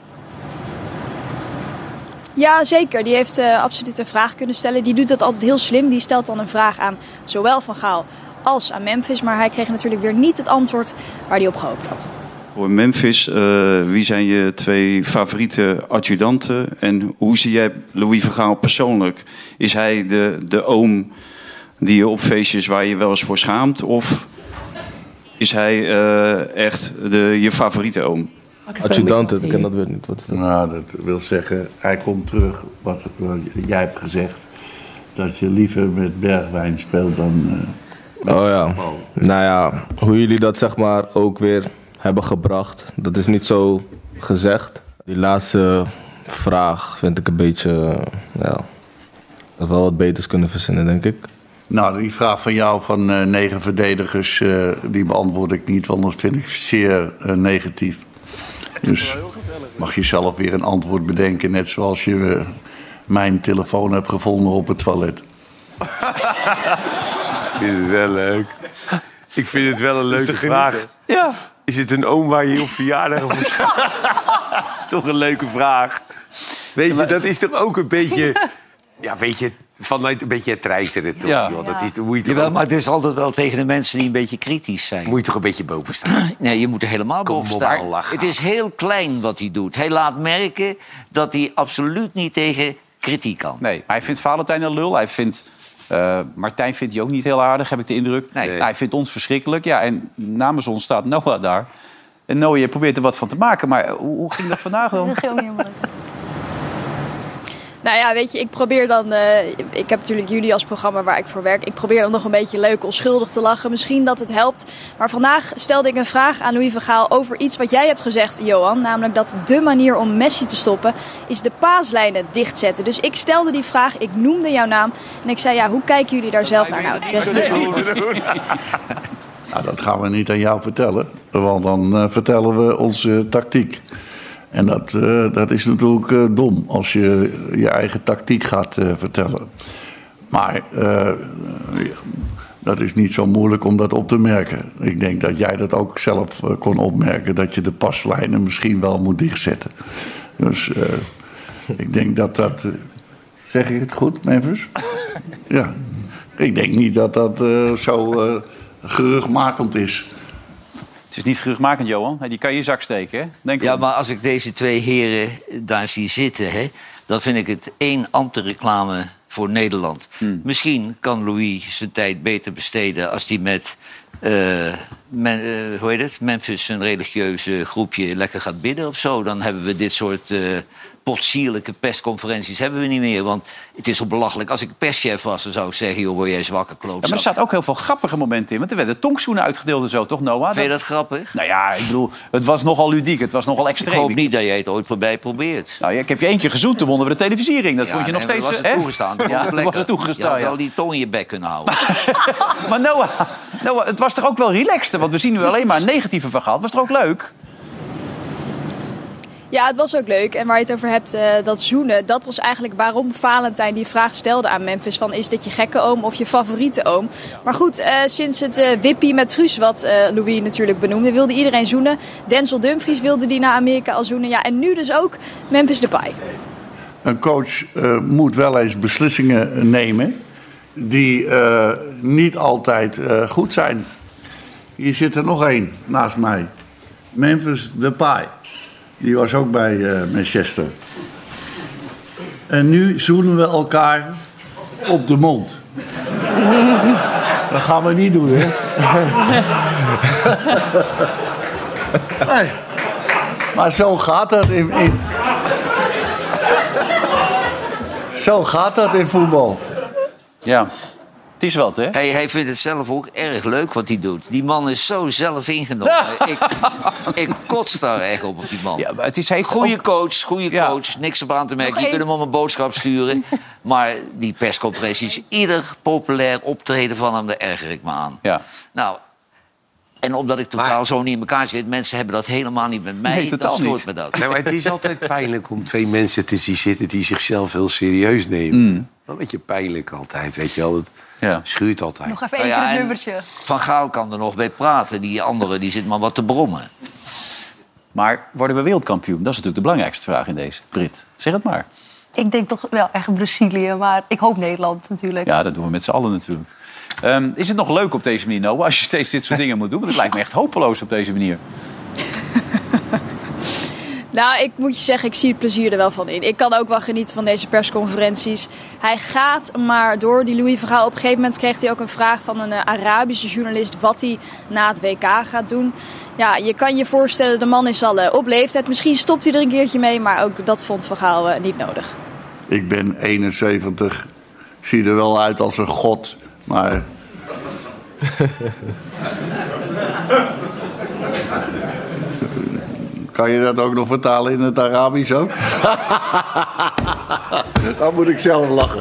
Ja, zeker. Die heeft uh, absoluut een vraag kunnen stellen. Die doet dat altijd heel slim. Die stelt dan een vraag aan zowel Van Gaal als aan Memphis. Maar hij kreeg natuurlijk weer niet het antwoord waar hij op gehoopt had. Voor Memphis, uh, wie zijn je twee favoriete adjudanten? En hoe zie jij Louis van Gaal persoonlijk? Is hij de, de oom die je op feestjes waar je wel eens voor schaamt? Of is hij uh, echt de, je favoriete oom? Adjudanten, ik ken dat weer niet. Wat is dat? Nou, dat wil zeggen, hij komt terug, wat, wat jij hebt gezegd... dat je liever met Bergwijn speelt dan... Uh, oh ja, nou ja, hoe jullie dat zeg maar ook weer hebben gebracht... dat is niet zo gezegd. Die laatste vraag vind ik een beetje... Uh, ja, dat we wel wat beters kunnen verzinnen, denk ik. Nou, die vraag van jou van uh, negen verdedigers... Uh, die beantwoord ik niet, want dat vind ik zeer uh, negatief. Dus mag je zelf weer een antwoord bedenken... net zoals je uh, mijn telefoon hebt gevonden op het toilet. Ik vind het wel leuk. Ik vind het wel een leuke vraag. Ja. Is het een oom waar je op verjaardag voor schaamt? Dat is toch een leuke vraag. Weet je, dat is toch ook een beetje... Ja, weet je, vanuit een beetje het treiteren, toch? Ja. Joh, dat is, moet je toch Jawel, ook... maar het is altijd wel tegen de mensen die een beetje kritisch zijn. Moet je toch een beetje boven staan? Nee, je moet er helemaal Kom boven op, staan. Allah. Het is heel klein wat hij doet. Hij laat merken dat hij absoluut niet tegen kritiek kan. Nee, hij vindt Valentijn een lul. Hij vindt... Uh, Martijn vindt hij ook niet heel aardig, heb ik de indruk. Nee. Nou, hij vindt ons verschrikkelijk. Ja, en namens ons staat Noah daar. En Noah, je probeert er wat van te maken. Maar hoe, hoe ging dat vandaag dan? Dat ging ook niet helemaal leuk. Nou ja, weet je, ik probeer dan... Uh, ik heb natuurlijk jullie als programma waar ik voor werk. Ik probeer dan nog een beetje leuk, onschuldig te lachen. Misschien dat het helpt. Maar vandaag stelde ik een vraag aan Louis van Gaal over iets wat jij hebt gezegd, Johan. Namelijk dat de manier om Messi te stoppen is de paaslijnen dichtzetten. Dus ik stelde die vraag, ik noemde jouw naam. En ik zei, ja, hoe kijken jullie daar zelf naar? Nou, het kreeg niet. Nou, dat gaan we niet aan jou vertellen. Want dan uh, vertellen we onze uh, tactiek. En dat, uh, dat is natuurlijk uh, dom als je je eigen tactiek gaat uh, vertellen. Maar uh, dat is niet zo moeilijk om dat op te merken. Ik denk dat jij dat ook zelf uh, kon opmerken... dat je de paslijnen misschien wel moet dichtzetten. Dus uh, ik denk dat dat... Uh, zeg ik het goed, Memphis? Ja. Ik denk niet dat dat uh, zo uh, geruchtmakend is. Het is niet geruchtmakend, Johan. Die kan je in je zak steken, hè? Denk ja, om. maar als ik deze twee heren daar zie zitten... Hè, dan vind ik het één anti-reclame voor Nederland. Hmm. Misschien kan Louis zijn tijd beter besteden... als hij met uh, men, uh, hoe heet het? Memphis een religieuze groepje lekker gaat bidden of zo. Dan hebben we dit soort... Uh, potsierlijke persconferenties hebben we niet meer. Want het is zo belachelijk. Als ik perschef was, dan zou ik zeggen... joh, word jij zwakke klootzak. Ja, maar er staat ook heel veel grappige momenten in. Want er werden tongzoenen uitgedeeld en zo, toch, Noah? Vind je dat grappig? Nou ja, ik bedoel, het was nogal ludiek. Het was nogal extreem. Ik hoop niet dat jij het ooit voorbij probeert. Nou ja, ik heb je één keer gezoend, toen wonnen we de televisiering. Dat ja, vond je nee, nog steeds... was het toegestaan. Ja, dat was het toegestaan, je had ja. wel die tong in je bek kunnen houden. Maar Noah, Noah, het was toch ook wel relaxed? Want we zien nu alleen maar een negatieve van gehad. Was toch ook leuk? Ja, het was ook leuk. En waar je het over hebt, uh, dat zoenen... dat was eigenlijk waarom Valentijn die vraag stelde aan Memphis... van is dit je gekke oom of je favoriete oom? Maar goed, uh, sinds het uh, wippie met Truus, wat uh, Louis natuurlijk benoemde... wilde iedereen zoenen. Denzel Dumfries wilde die naar Amerika al zoenen. Ja, en nu dus ook Memphis Depay. Een coach uh, moet wel eens beslissingen nemen... die uh, niet altijd uh, goed zijn. Hier zit er nog één naast mij. Memphis Depay. Die was ook bij uh, Manchester. En nu zoenen we elkaar op de mond. Dat gaan we niet doen, hè? Nee. Maar zo gaat dat in, in... Zo gaat dat in voetbal. Ja. Het is wat, hè? Hij, hij vindt het zelf ook erg leuk wat hij doet. Die man is zo zelf ingenomen. ik, ik kots daar echt op, op die man. Ja, maar het is, heeft goeie ook... coach, goede ja. coach. Niks op aan te merken. Je kunt hem om een boodschap sturen. Maar die persconferenties, ieder populair optreden van hem, daar erger ik me aan. Ja. Nou, en omdat ik totaal maar... zo niet in elkaar zit... mensen hebben dat helemaal niet met mij. Nee, totaal dat stoort niet. me dat. Nee, maar het is altijd pijnlijk om twee mensen te zien zitten... die zichzelf heel serieus nemen. Mm. Een beetje pijnlijk altijd, weet je wel. Het ja. schuurt altijd. Nog even één keer nou ja, het nummertje. Van Gaal kan er nog bij praten. Die andere die zit maar wat te brommen. Maar worden we wereldkampioen? Dat is natuurlijk de belangrijkste vraag in deze. Brit, zeg het maar. Ik denk toch wel echt Brazilië, maar ik hoop Nederland natuurlijk. Ja, dat doen we met z'n allen natuurlijk. Um, is het nog leuk op deze manier, Noah, als je steeds dit soort dingen moet doen? Want het lijkt me echt hopeloos op deze manier. Nou, ik moet je zeggen, ik zie het plezier er wel van in. Ik kan ook wel genieten van deze persconferenties. Hij gaat maar door. Die Louis van Gaal, op een gegeven moment kreeg hij ook een vraag van een uh, Arabische journalist... wat hij na het W K gaat doen. Ja, je kan je voorstellen, de man is al uh, op leeftijd. Misschien stopt hij er een keertje mee, maar ook dat vond Van Gaal uh, niet nodig. Ik ben eenenzeventig, zie er wel uit als een god, maar... Kan je dat ook nog vertalen in het Arabisch ook? Dan moet ik zelf lachen.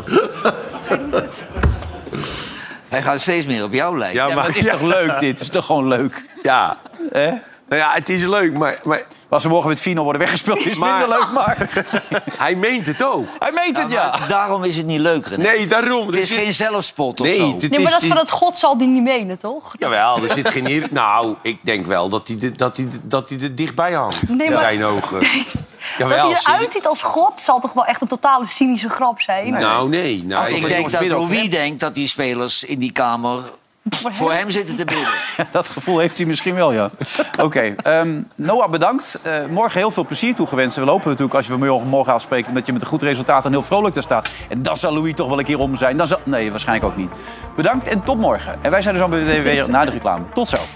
Hij gaat steeds meer op jou lijken. Ja, maar, ja, maar het is ja. toch leuk dit? Het is toch gewoon leuk? Ja. Eh? Nou ja, het is leuk, maar... maar... Als we morgen met vier nul worden weggespeeld, is maar... minder leuk, maar... Hij meent het ook. Hij meent het, ja. ja. Daarom is het niet leuk, René. Nee, daarom. Het is geen zelfspot of nee, zo. Nee, maar dat is van het God zal die niet menen, toch? Jawel, er zit geen hier. Nou, ik denk wel dat hij, dat hij, dat hij er dichtbij hangt. Nee, maar... zijn ogen. Nee. Jawel, dat hij eruit ziet als God zal toch wel echt een totale cynische grap zijn? Nee. Nou, nee. Nou, ik denk dat Louis denkt dat die spelers in die kamer... Voor, voor hem zitten te bidden. Dat gevoel heeft hij misschien wel, ja. Oké, okay, um, Noah, bedankt. Uh, morgen heel veel plezier toegewenst. We lopen natuurlijk, als je morgen, morgen afspreekt... dat je met een goed resultaat en heel vrolijk daar staat. En dan zal Louis toch wel een keer om zijn. Dan zal... Nee, waarschijnlijk ook niet. Bedankt en tot morgen. En wij zijn er zo meteen weer na de reclame. Tot zo.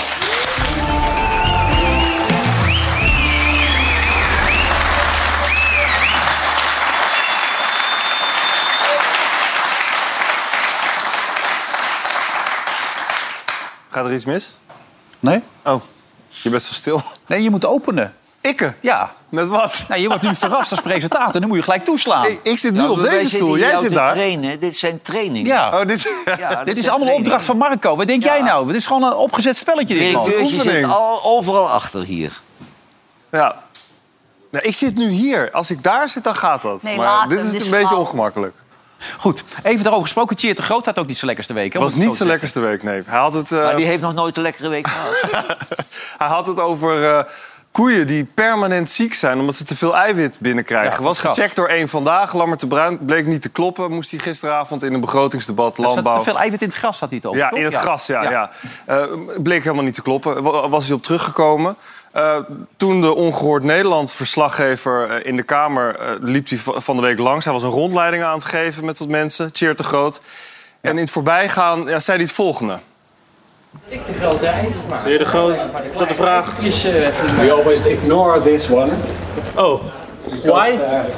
Gaat er iets mis? Nee. Oh, je bent zo stil. Nee, je moet openen. Ikke? Ja. Met wat? Nou, je wordt nu verrast als presentator. Dan moet je gelijk toeslaan. Hey, ik zit nu nou, op deze stoel. Jij zit daar. Trainen. Dit zijn trainingen. Ja. Oh, dit ja, dit is allemaal een opdracht van Marco. Wat denk ja. jij nou? Het is gewoon een opgezet spelletje. Dit man. Je zit al, overal achter hier. Ja. Nou, ik zit nu hier. Als ik daar zit, dan gaat dat. Nee, maar later, dit is dit een is beetje flauw. ongemakkelijk. Goed, even daarover gesproken. Tjeerd de Groot had ook niet zijn lekkerste week. Het was niet zijn lekkerste week, nee. Hij had het, uh... Maar die heeft nog nooit een lekkere week gehad. Hij had het over uh, koeien die permanent ziek zijn... omdat ze te veel eiwit binnenkrijgen. Ja, was gecheckt door één Vandaag. Lammert de Bruin bleek niet te kloppen. Moest hij gisteravond in een begrotingsdebat landbouw... Er zat te veel eiwit in het gras, had hij het over. Ja, toch? in het ja. gras, ja. ja. ja. Uh, bleek helemaal niet te kloppen. Was hij op teruggekomen... Uh, toen de Ongehoord Nederland verslaggever uh, in de Kamer uh, liep hij van de week langs. Hij was een rondleiding aan het geven met wat mensen, Tjeerd de Groot. Ja. En in het voorbijgaan ja, zei hij het volgende. Ik de grote eigenaar. Meneer de Groot, dat de vraag is... Uh, we always ignore this one. Oh, why?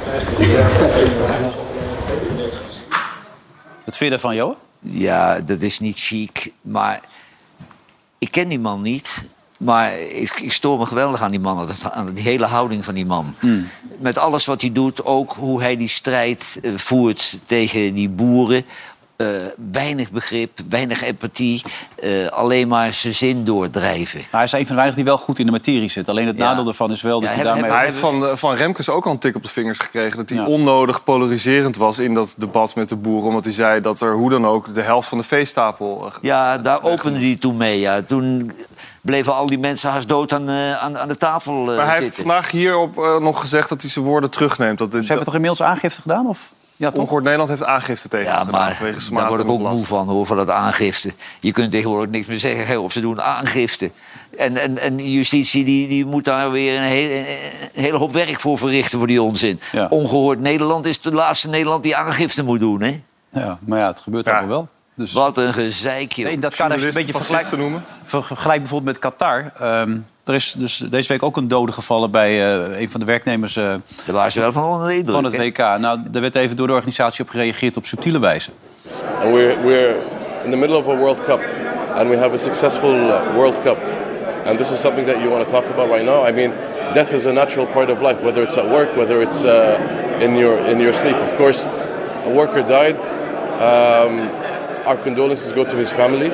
Wat vind je ervan, Johan? Ja, dat is niet chic, maar ik ken die man niet... Maar ik, ik stoor me geweldig aan die man, aan die hele houding van die man. Mm. Met alles wat hij doet, ook hoe hij die strijd uh, voert tegen die boeren. Uh, weinig begrip, weinig empathie. Uh, alleen maar zijn zin doordrijven. Nou, hij is een van de weinigen die wel goed in de materie zit. Alleen het ja. nadeel daarvan is wel dat ja, je daarmee... Hij heeft van, van Remkes ook al een tik op de vingers gekregen... dat hij ja. onnodig polariserend was in dat debat met de boeren. Omdat hij zei dat er hoe dan ook de helft van de veestapel... Uh, ja, daar opende hij toen mee. Ja. Toen bleven al die mensen haast dood aan, uh, aan, aan de tafel uh, Maar hij zitten. heeft vandaag hierop uh, nog gezegd dat hij zijn woorden terugneemt. Dat, Ze hebben toch inmiddels aangifte gedaan? Of... Ja, Ongehoord Nederland heeft aangifte tegen ja, maar daar word ik ook moe van, hoor, van dat aangifte. Je kunt tegenwoordig niks meer zeggen of ze doen aangifte. En, en, en justitie die, die moet daar weer een hele, een hele hoop werk voor verrichten voor die onzin. Ja. Ongehoord Nederland is de laatste Nederland die aangifte moet doen, hè? Ja, maar ja, het gebeurt ja. allemaal wel. Dus... Wat een gezeikje. Nee, dat kan even een beetje vergelijken te noemen. Vergelijk bijvoorbeeld met Qatar. Um, er is dus deze week ook een dode gevallen bij uh, een van de werknemers uh, Daar waren ze wel van onder de indruk, van het hè? W K. Nou, daar werd even door de organisatie op gereageerd op subtiele wijze. And we're, we're in the middle of a World Cup. And we have a successful uh, World Cup. And this is something that you want to talk about right now. I mean, death is a natural part of life, whether it's at work, whether it's uh, in your in your sleep. Of course, a worker died. Um, our condolences go to his family.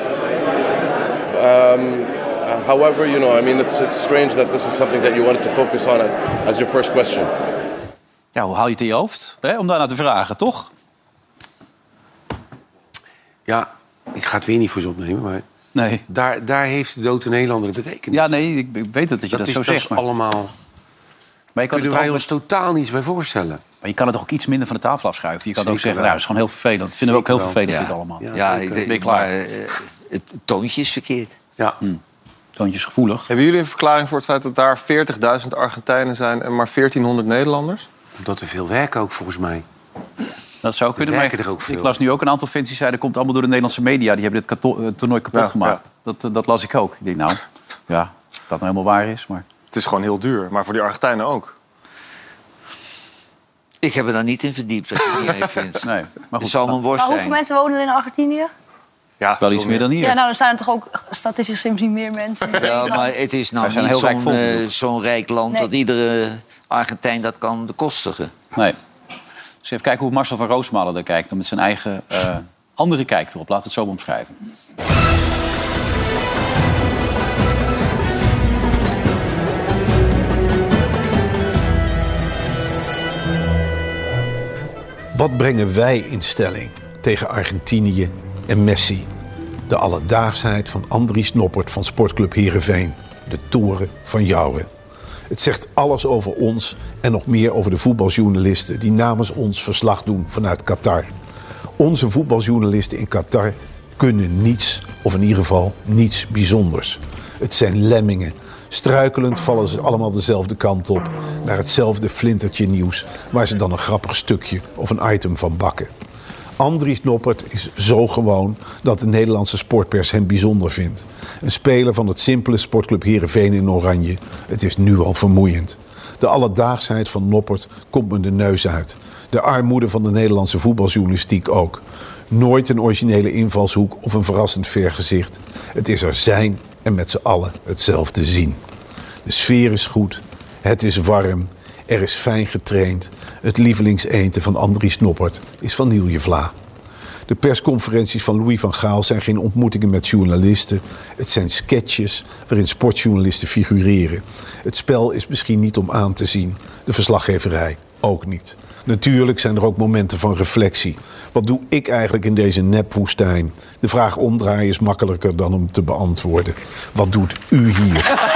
Um, however, you know, I mean, it's it's strange that this is something that you wanted to focus on as your first question. Ja, hoe haal je het in je hoofd? Hè? Om daarna te vragen, toch? Ja, ik ga het weer niet voor ze opnemen, maar... Nee. Daar, daar heeft de dood in Nederlander een betekenis. Ja, nee, ik weet het dat je dat, dat, dat is, zo dat zegt. Maar... allemaal... Maar je kan kunnen wij ook... ons totaal niets bij voorstellen. Maar je kan het toch ook iets minder van de tafel afschuiven? Je kan ook zeggen, nou, dat is gewoon heel vervelend. Dat vinden we ook heel wel. vervelend, ja. dit allemaal. Ja, ja ik, ben je klaar. Maar, uh, het toontje is verkeerd. Ja. Hm. Toontje is gevoelig. Hebben jullie een verklaring voor het feit dat daar veertigduizend Argentijnen zijn... en maar veertienhonderd Nederlanders? Omdat er veel werken ook, volgens mij. Dat zou kunnen, maar er ook veel. Ik las nu ook een aantal fans die zeiden... dat komt allemaal door de Nederlandse media. Die hebben dit kato- toernooi kapot ja, gemaakt. Ja. Dat, dat las ik ook. Ik denk, nou, ja, of dat nou helemaal waar is. Maar... Het is gewoon heel duur, maar voor die Argentijnen ook. Ik heb er daar niet in verdiept, als je het niet erg vindt. Nee, maar goed. Het zal mijn worst maar zijn. hoeveel mensen wonen er in Argentinië? Ja, wel iets meer dan hier. Ja, nou, dan zijn er toch ook statistisch gezien meer mensen. Ja, maar het is nou niet heel zo'n rijk, uh, zo'n rijk land... Nee. dat iedere Argentijn dat kan bekostigen. Nee. Dus even kijken hoe Marcel van Roosmalen daar kijkt... dan met zijn eigen uh, andere kijk erop. Laat het zo omschrijven. Wat brengen wij in stelling tegen Argentinië en Messi? De alledaagsheid van Andries Noppert van Sportclub Heerenveen. De toren van Jouwen. Het zegt alles over ons en nog meer over de voetbaljournalisten... die namens ons verslag doen vanuit Qatar. Onze voetbaljournalisten in Qatar kunnen niets, of in ieder geval niets bijzonders. Het zijn lemmingen. Struikelend vallen ze allemaal dezelfde kant op... naar hetzelfde flintertje nieuws... waar ze dan een grappig stukje of een item van bakken. Andries Noppert is zo gewoon dat de Nederlandse sportpers hem bijzonder vindt. Een speler van het simpele Sportclub Heerenveen in Oranje. Het is nu al vermoeiend. De alledaagsheid van Noppert komt me de neus uit. De armoede van de Nederlandse voetbaljournalistiek ook. Nooit een originele invalshoek of een verrassend vergezicht. Het is er zijn en met z'n allen hetzelfde zien. De sfeer is goed, het is warm, er is fijn getraind. Het lievelingseenten van Andries Noppert is vanille vla. De persconferenties van Louis van Gaal zijn geen ontmoetingen met journalisten. Het zijn sketches waarin sportjournalisten figureren. Het spel is misschien niet om aan te zien. De verslaggeverij ook niet. Natuurlijk zijn er ook momenten van reflectie. Wat doe ik eigenlijk in deze nepwoestijn? De vraag omdraaien is makkelijker dan om te beantwoorden. Wat doet u hier?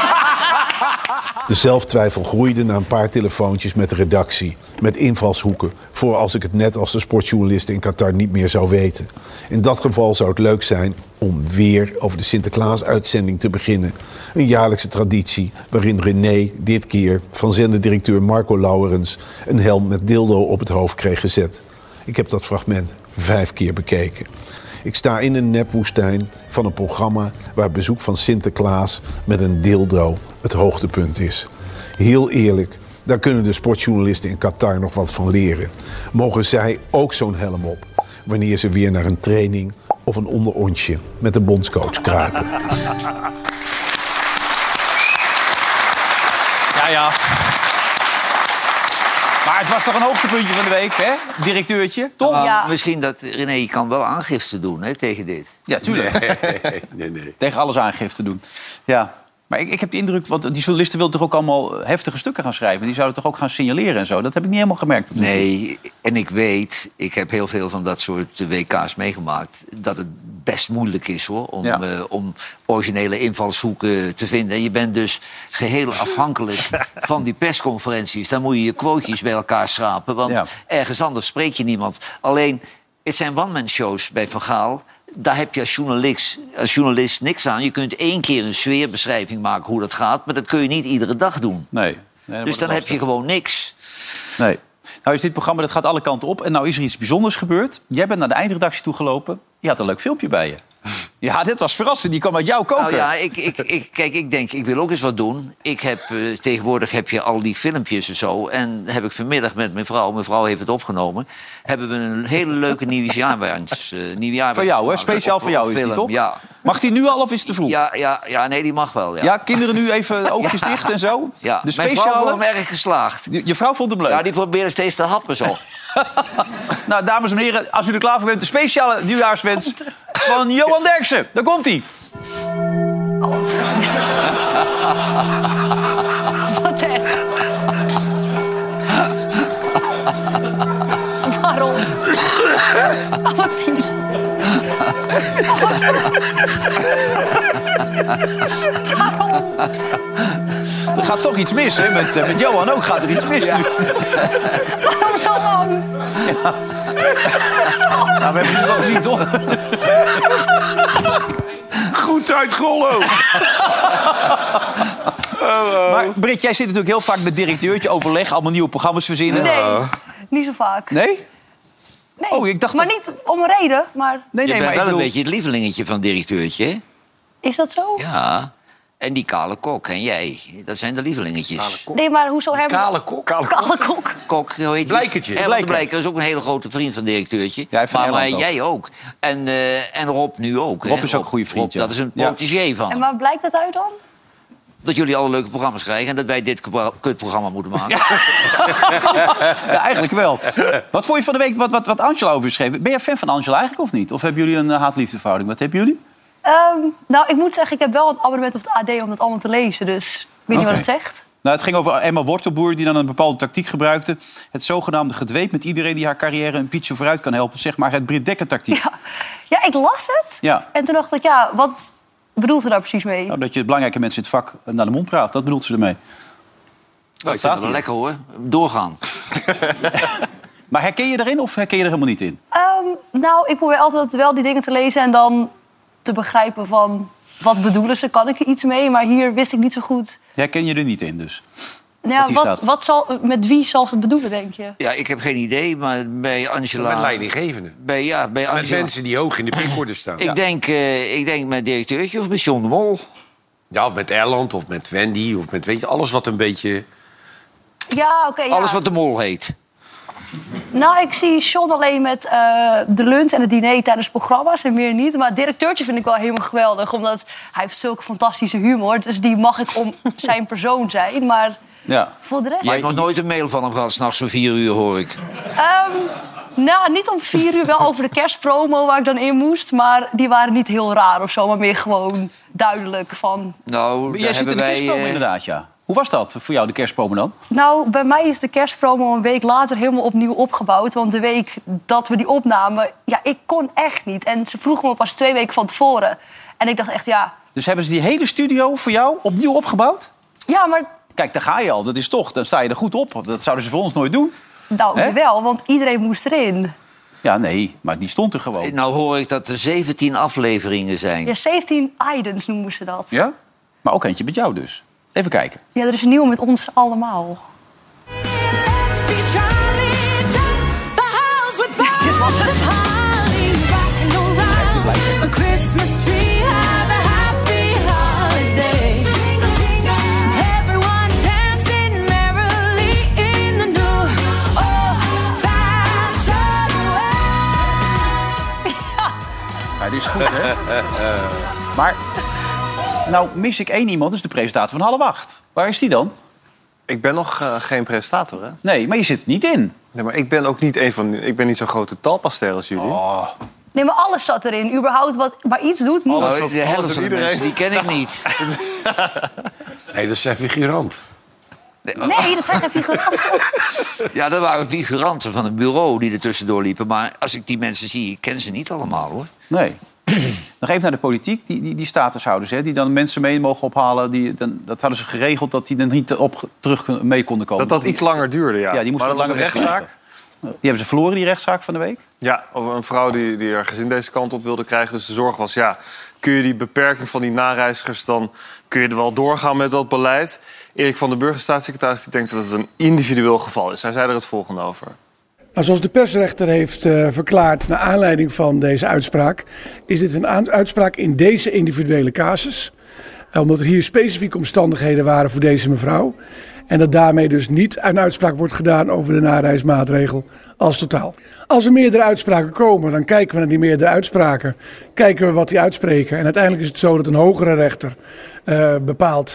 De zelftwijfel groeide na een paar telefoontjes met de redactie. Met invalshoeken, voor als ik het net als de sportjournalisten in Qatar niet meer zou weten. In dat geval zou het leuk zijn om weer over de Sinterklaas-uitzending te beginnen. Een jaarlijkse traditie waarin René dit keer van zenderdirecteur Marco Lauwerens... een helm met dildo op het hoofd kreeg gezet. Ik heb dat fragment vijf keer bekeken. Ik sta in een nepwoestijn van een programma waar bezoek van Sinterklaas met een dildo het hoogtepunt is. Heel eerlijk, daar kunnen de sportjournalisten in Qatar nog wat van leren. Mogen zij ook zo'n helm op wanneer ze weer naar een training of een onderontje met de bondscoach kruipen? Ja, ja. Maar het was toch een hoogtepuntje van de week, hè? Directeurtje, toch? Maar Ja. Misschien dat René kan wel aangifte doen hè, tegen dit. Ja, tuurlijk. Nee, nee, nee. Tegen alles aangifte doen. Ja. Maar ik, ik heb de indruk, want die journalisten wilden toch ook allemaal heftige stukken gaan schrijven. Die zouden toch ook gaan signaleren en zo. Dat heb ik niet helemaal gemerkt. Nee, en ik weet, ik heb heel veel van dat soort W K's meegemaakt, dat het best moeilijk is hoor, om, Ja. eh, om originele invalshoeken te vinden. En je bent dus geheel afhankelijk van die persconferenties. Dan moet je je quotejes bij elkaar schrapen, want Ja. ergens anders spreek je niemand. Alleen, het zijn one-man-shows bij Van Gaal. Daar heb je als journalist, als journalist niks aan. Je kunt één keer een sfeerbeschrijving maken hoe dat gaat, maar dat kun je niet iedere dag doen. Nee. Nee, dat Dus wordt dan heb lastig. je gewoon niks. Nee. Nou is dit programma, dat gaat alle kanten op. En nou is er iets bijzonders gebeurd. Jij bent naar de eindredactie toegelopen. Je had een leuk filmpje bij je. Ja, dit was verrassend. Die kwam uit jou koken. Nou ja, ik, ik, ik, kijk, ik denk, ik wil ook eens wat doen. Ik heb, eh, tegenwoordig heb je al die filmpjes en zo. En heb ik vanmiddag met mijn vrouw, mijn vrouw heeft het opgenomen, hebben we een hele leuke nieuwjaarswens. Uh, nieuwjaarswens Van jou, hè? gemaakt. Speciaal Op- voor jou op is die, film, toch? Ja. Mag die nu al of is het te vroeg? Ja, ja, ja, nee, die mag wel. Ja, Ja, kinderen nu even oogjes Ja. dicht en zo? Ja. De Mijn vrouw speciale... vond hem erg geslaagd. Je je vrouw vond hem leuk? Ja, die probeerde steeds te happen zo. Nou, dames en heren, als u er klaar voor bent... de speciale nieuwjaarswens van Johan Derksen. Daar komt-ie. Wat echt? Waarom? Oh, wat vind je? Waarom? Er gaat toch iets mis, hè? Met, eh, met Johan ook gaat er iets mis. Ja. Waarom zo lang? Nou, we hebben het wel gezien, toch? Goed uit Gollo. Maar Britt, jij zit natuurlijk heel vaak met directeurtje overleg... allemaal nieuwe programma's verzinnen. Nee, niet zo vaak. Nee? Nee. Oh, ik dacht maar dat- niet om een reden, maar... Nee, Je nee, bent maar wel ik bedoel... een beetje het lievelingetje van het directeurtje, hè? Is dat zo? Ja. En die kale kok en jij, dat zijn de lievelingetjes. Nee, maar hoezo hebben... Kale kok. Kale kok. Kok, hoe heet die? Blijkertje. Erwin de Blijker. Blijker is ook een hele grote vriend van het directeurtje. Ja, van maar maar Nederland ook. jij ook. En, eh, en Rob nu ook. Rob hè? is ook een goede vriend, Rob, ja. dat is een Ja. protégé van En hem. waar blijkt dat uit dan? Dat jullie alle leuke programma's krijgen en dat wij dit kut- kutprogramma moeten maken. Ja, eigenlijk wel. Wat vond je van de week wat, wat, wat Angela over schreef? Ben jij fan van Angela eigenlijk of niet? Of hebben jullie een uh, haat-liefdeverhouding? Wat hebben jullie? Ehm, nou, ik moet zeggen, ik heb wel een abonnement op het A D om dat allemaal te lezen. Dus ik weet niet Oké. wat het zegt. Nou, het ging over Emma Wortelboer die dan een bepaalde tactiek gebruikte. Het zogenaamde gedweep met iedereen die haar carrière een pietje vooruit kan helpen. Zeg maar het Britt Dekker-tactiek. Ja. ja, ik las het. Ja. En toen dacht ik, ja, wat bedoelt ze daar precies mee? Nou, dat je belangrijke mensen in het vak naar de mond praat. Dat bedoelt ze ermee. Dat staat staat wel hier. lekker hoor. Doorgaan. Maar herken je erin of herken je er helemaal niet in? Ehm, nou, ik probeer altijd wel die dingen te lezen en dan te begrijpen van... wat bedoelen ze, kan ik er iets mee? Maar hier wist ik niet zo goed. Herken je er niet in dus? Nou, Wat ja, hier wat, staat. wat zal, met wie zal ze het bedoelen, denk je? Ja, ik heb geen idee, maar bij Angela... Met leidinggevenden. Bij, ja, bij Met Angela... mensen die hoog in de pickorde staan. Ik, denk, eh, ik denk met directeurtje of met John de Mol. Ja, of met Erland of met Wendy of met weet je, alles wat een beetje... Ja, oké. ja. Alles wat de Mol heet. Nou, ik zie John alleen met eh, de lunch en het diner tijdens programma's en meer niet. Maar het directeurtje vind ik wel helemaal geweldig. Omdat hij heeft zulke fantastische humor. Dus die mag ik om zijn persoon zijn. Maar Ja. voor de rest... Je hebt nog nooit een mail van hem gehad, s'nachts om vier uur, hoor ik. Ehm, nou, niet om vier uur, wel over de kerstpromo waar ik dan in moest. Maar die waren niet heel raar of zo, maar meer gewoon duidelijk van... Nou, Jij daar zit in hebben de wij... kerstpromo eh, inderdaad, ja. Hoe was dat voor jou, de kerstpromo dan? Nou, bij mij is de kerstpromo een week later helemaal opnieuw opgebouwd. Want de week dat we die opnamen, ja, ik kon echt niet. En ze vroegen me pas twee weken van tevoren. En ik dacht echt, ja... Dus hebben ze die hele studio voor jou opnieuw opgebouwd? Ja, maar Kijk, daar ga je al. Dat is toch, dan sta je er goed op. Dat zouden ze voor ons nooit doen. nou, Hè? wel, want iedereen moest erin. Ja, nee, maar die stond er gewoon. Nou hoor ik dat er zeventien afleveringen zijn. Ja, zeventien items noemen ze dat. Ja? Maar ook eentje met jou dus. Even kijken. Ja, er is een nieuwe met ons allemaal. Dit was het. Ja, dit is goed, hè? Maar, nou mis ik één iemand, dat is de presentator van half acht. Waar is die dan? Ik ben nog uh, geen presentator, hè? Nee, maar je zit er niet in. Nee, maar ik ben ook niet een van... Ik ben niet zo'n grote talpaster als jullie. Oh. Nee, maar alles zat erin. Überhaupt wat maar iets doet, moet. Oh, de helft van de mensen, die ken ik niet. Nee, dat zijn figurant. Nee, dat zijn geen figuranten. Ja, dat waren figuranten van een bureau die er tussendoor liepen. Maar als ik die mensen zie, ik ken ze niet allemaal, hoor. Nee. Nog even naar de politiek, die, die, die statushouders, hè, die dan mensen mee mogen ophalen. Die, dan, dat hadden ze geregeld dat die er niet op terug mee konden komen. Dat dat iets langer duurde, ja. Ja, die moesten maar dat langer was een rechtszaak. Die hebben ze verloren, die rechtszaak van de week? Ja, over een vrouw die, die haar gezin deze kant op wilde krijgen. Dus de zorg was, ja, kun je die beperking van die nareizigers... dan kun je er wel doorgaan met dat beleid. Erik van den Burg, staatssecretaris, die denkt dat het een individueel geval is. Hij zei er het volgende over. Nou, zoals de persrechter heeft uh, verklaard naar aanleiding van deze uitspraak... is dit een uitspraak in deze individuele casus. Uh, omdat er hier specifieke omstandigheden waren voor deze mevrouw... En dat daarmee dus niet een uitspraak wordt gedaan over de nareismaatregel als totaal. Als er meerdere uitspraken komen, dan kijken we naar die meerdere uitspraken. Kijken we wat die uitspreken. En uiteindelijk is het zo dat een hogere rechter uh, bepaalt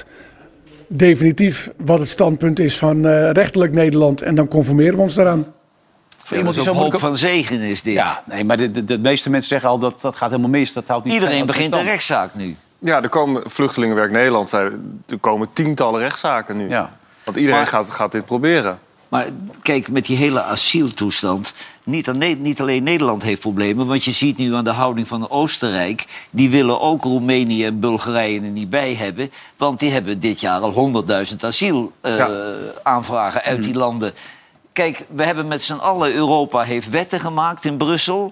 definitief wat het standpunt is van uh, rechterlijk Nederland. En dan conformeren we ons daaraan. Ja, dat is ook hoop van zegen is dit. Ja, nee, maar de, de, de meeste mensen zeggen al dat dat gaat helemaal mis. Dat houdt niet. Iedereen begint een rechtszaak nu. Ja, er komen Vluchtelingenwerk Nederland. Er komen tientallen rechtszaken nu. Ja. Want iedereen maar, gaat, gaat dit proberen. Maar kijk, met die hele asieltoestand... Niet, alleen, niet alleen Nederland heeft problemen... want je ziet nu aan de houding van Oostenrijk... die willen ook Roemenië en Bulgarije er niet bij hebben... want die hebben dit jaar al honderdduizend asielaanvragen uh, ja. uit die landen. Kijk, we hebben met z'n allen... Europa heeft wetten gemaakt in Brussel...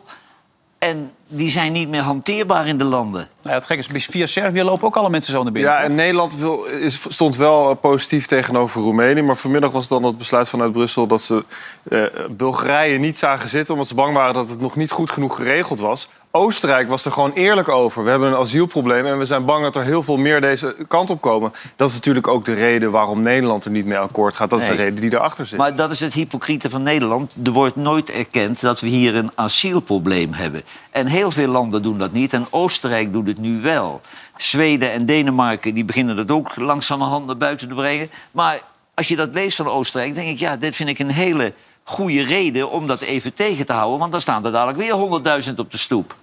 en die zijn niet meer hanteerbaar in de landen. Nou ja, het gekke is, via Servië lopen ook alle mensen zo naar binnen. Ja, en Nederland wil, is, stond wel uh, positief tegenover Roemenië. Maar vanmiddag was dan het besluit vanuit Brussel... dat ze uh, Bulgarije niet zagen zitten... omdat ze bang waren dat het nog niet goed genoeg geregeld was. Oostenrijk was er gewoon eerlijk over. We hebben een asielprobleem en we zijn bang dat er heel veel meer deze kant op komen. Dat is natuurlijk ook de reden waarom Nederland er niet mee akkoord gaat. Dat is nee. de reden die erachter zit. Maar dat is het hypocriete van Nederland. Er wordt nooit erkend dat we hier een asielprobleem hebben. En heel veel landen doen dat niet. En Oostenrijk doet het nu wel. Zweden en Denemarken die beginnen dat ook langzamerhand naar buiten te brengen. Maar als je dat leest van Oostenrijk, denk ik... ja, dit vind ik een hele goede reden om dat even tegen te houden. Want dan staan er dadelijk weer honderdduizend op de stoep.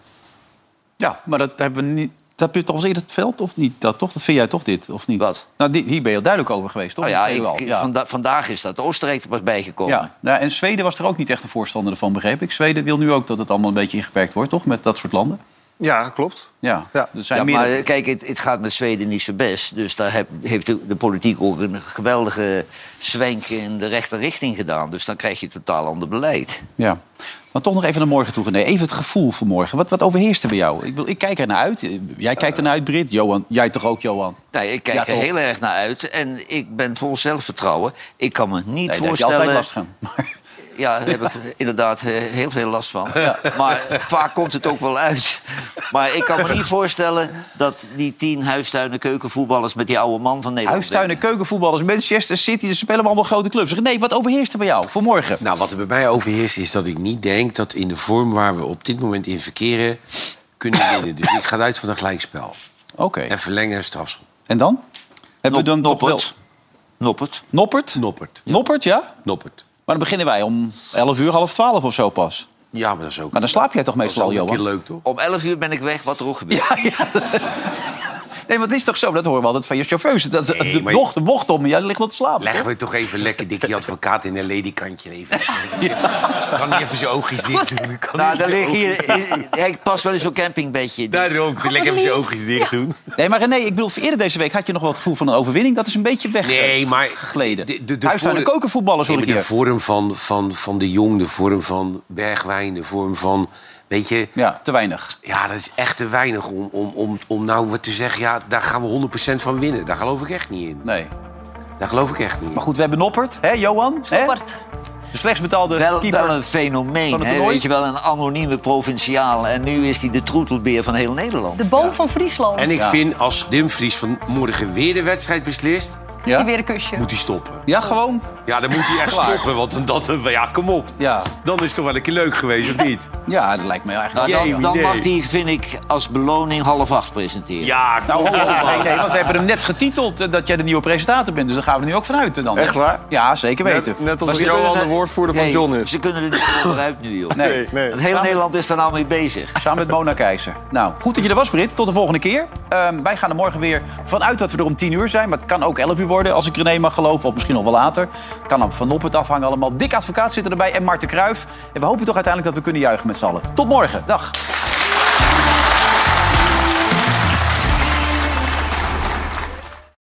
Ja, maar dat hebben we niet. Dat heb je toch eens eerder het veld of niet? Dat toch? Dat vind jij toch dit of niet? Wat? Nou, die, hier ben je al duidelijk over geweest, toch? Oh ja, ik, ja. Vanda- vandaag is dat. Oostenrijk er pas bijgekomen. Ja, nou, en Zweden was er ook niet echt een voorstander van, begreep ik. Zweden wil nu ook dat het allemaal een beetje ingeperkt wordt, toch? Met dat soort landen. Ja, klopt. Ja, ja. Er zijn ja meer... maar kijk, het, het gaat met Zweden niet zo best. Dus daar heb, heeft de, de politiek ook een geweldige zwenk in de rechte richting gedaan. Dus dan krijg je totaal ander beleid. Ja. Dan toch nog even naar morgen toe. Nee, even het gevoel voor morgen. Wat, wat overheerst er bij jou? Ik, ik kijk er naar uit. Jij kijkt er naar uit, Brit. Johan, jij toch ook, Johan? Nee, ik kijk ja, er heel erg naar uit. En ik ben vol zelfvertrouwen. Ik kan me niet nee, voorstellen... Daar heb je altijd last van. Ja, daar heb ik inderdaad heel veel last van. Ja. Maar vaak komt het ook wel uit. Maar ik kan me niet voorstellen dat die tien huistuinen keukenvoetballers... met die oude man van Nederland... Huistuinen keukenvoetballers, Manchester City... ze spelen allemaal grote clubs. Nee, wat overheerst er bij jou voor morgen? Nou, wat er bij mij overheerst is dat ik niet denk... dat in de vorm waar we op dit moment in verkeren... kunnen winnen. Dus ik ga uit van een gelijkspel. Oké. Okay. En verlengen en strafschop. En dan? Hebben we dan Noppert. Wel... Noppert. Noppert? Noppert. Ja. Noppert, ja? Noppert. Maar dan beginnen wij om elf uur, half twaalf of zo pas. Ja, maar dat is ook... Maar dan slaap jij toch meestal al, Johan? Dat is een keer leuk, toch? Om elf uur ben ik weg, wat er ook gebeurt. Ja, ja. Nee, maar het is toch zo, dat horen we altijd van je chauffeurs. Dat nee, de, maar... bocht, de bocht om en jij ligt wel te slapen. Leggen we toch even lekker dik die advocaat in een ledikantje even. Ja. Kan niet even zijn oogjes dicht doen. Kan nou, dan lig hier... Hij past wel in zo'n campingbedje. Daarom, lekker even zijn oogjes dicht doen. Nee, maar René, ik bedoel, eerder deze week had je nog wel het gevoel van een overwinning. Dat is een beetje weggegleden. Nee, maar... De, de, de Huistuinen kokenvoetballers, hoor ik hier. De vorm van, van, van de Jong, de vorm van Bergwijn, de vorm van... Weet je... Ja, te weinig. Ja, dat is echt te weinig om, om, om, om nou wat te zeggen... ja, daar gaan we honderd procent van winnen. Daar geloof ik echt niet in. Nee. Daar geloof ik echt niet in. Maar goed, we hebben Noppert, hè, Johan? Stoppert. De slechts betaalde wel, keeper. Wel een fenomeen, hè? Weet je wel, een anonieme provinciaal. En nu is hij de troetelbeer van heel Nederland. De boom ja. van Friesland. En ik ja. vind, als Dumfries van morgen weer de wedstrijd beslist... Ja? Weer een kusje. Moet hij stoppen. Ja, gewoon... Ja, dan moet hij echt Klaar. stoppen, want dat, ja, kom op. Ja. Dan is het toch wel een keer leuk geweest, of niet? Ja, dat lijkt me eigenlijk Nou, dan, dan idee. mag hij, vind ik, als beloning half acht presenteren. Ja, Nou, ho, ho, ho, nee, nee, want we hebben hem net getiteld eh, dat jij de nieuwe presentator bent. Dus daar gaan we er nu ook vanuit dan. Echt waar? Ja, zeker weten. Net, net als Maar ze Johan kunnen- de woordvoerder van Nee, John is. Ze kunnen er niet onderuit nu, joh. Nee. nee. Het hele Samen- Nederland is daar nou mee bezig. Samen met Mona Keizer. Nou, goed dat je er was, Brit. Tot de volgende keer. Ehm, wij gaan er morgen weer vanuit dat we er om tien uur zijn. Maar het kan ook elf uur worden, als ik René mag geloven. Of misschien nog wel later. Kan dan van op het afhangen allemaal. Dick Advocaat zit erbij en Marten Kruijf. En we hopen toch uiteindelijk dat we kunnen juichen met z'n allen. Tot morgen. Dag.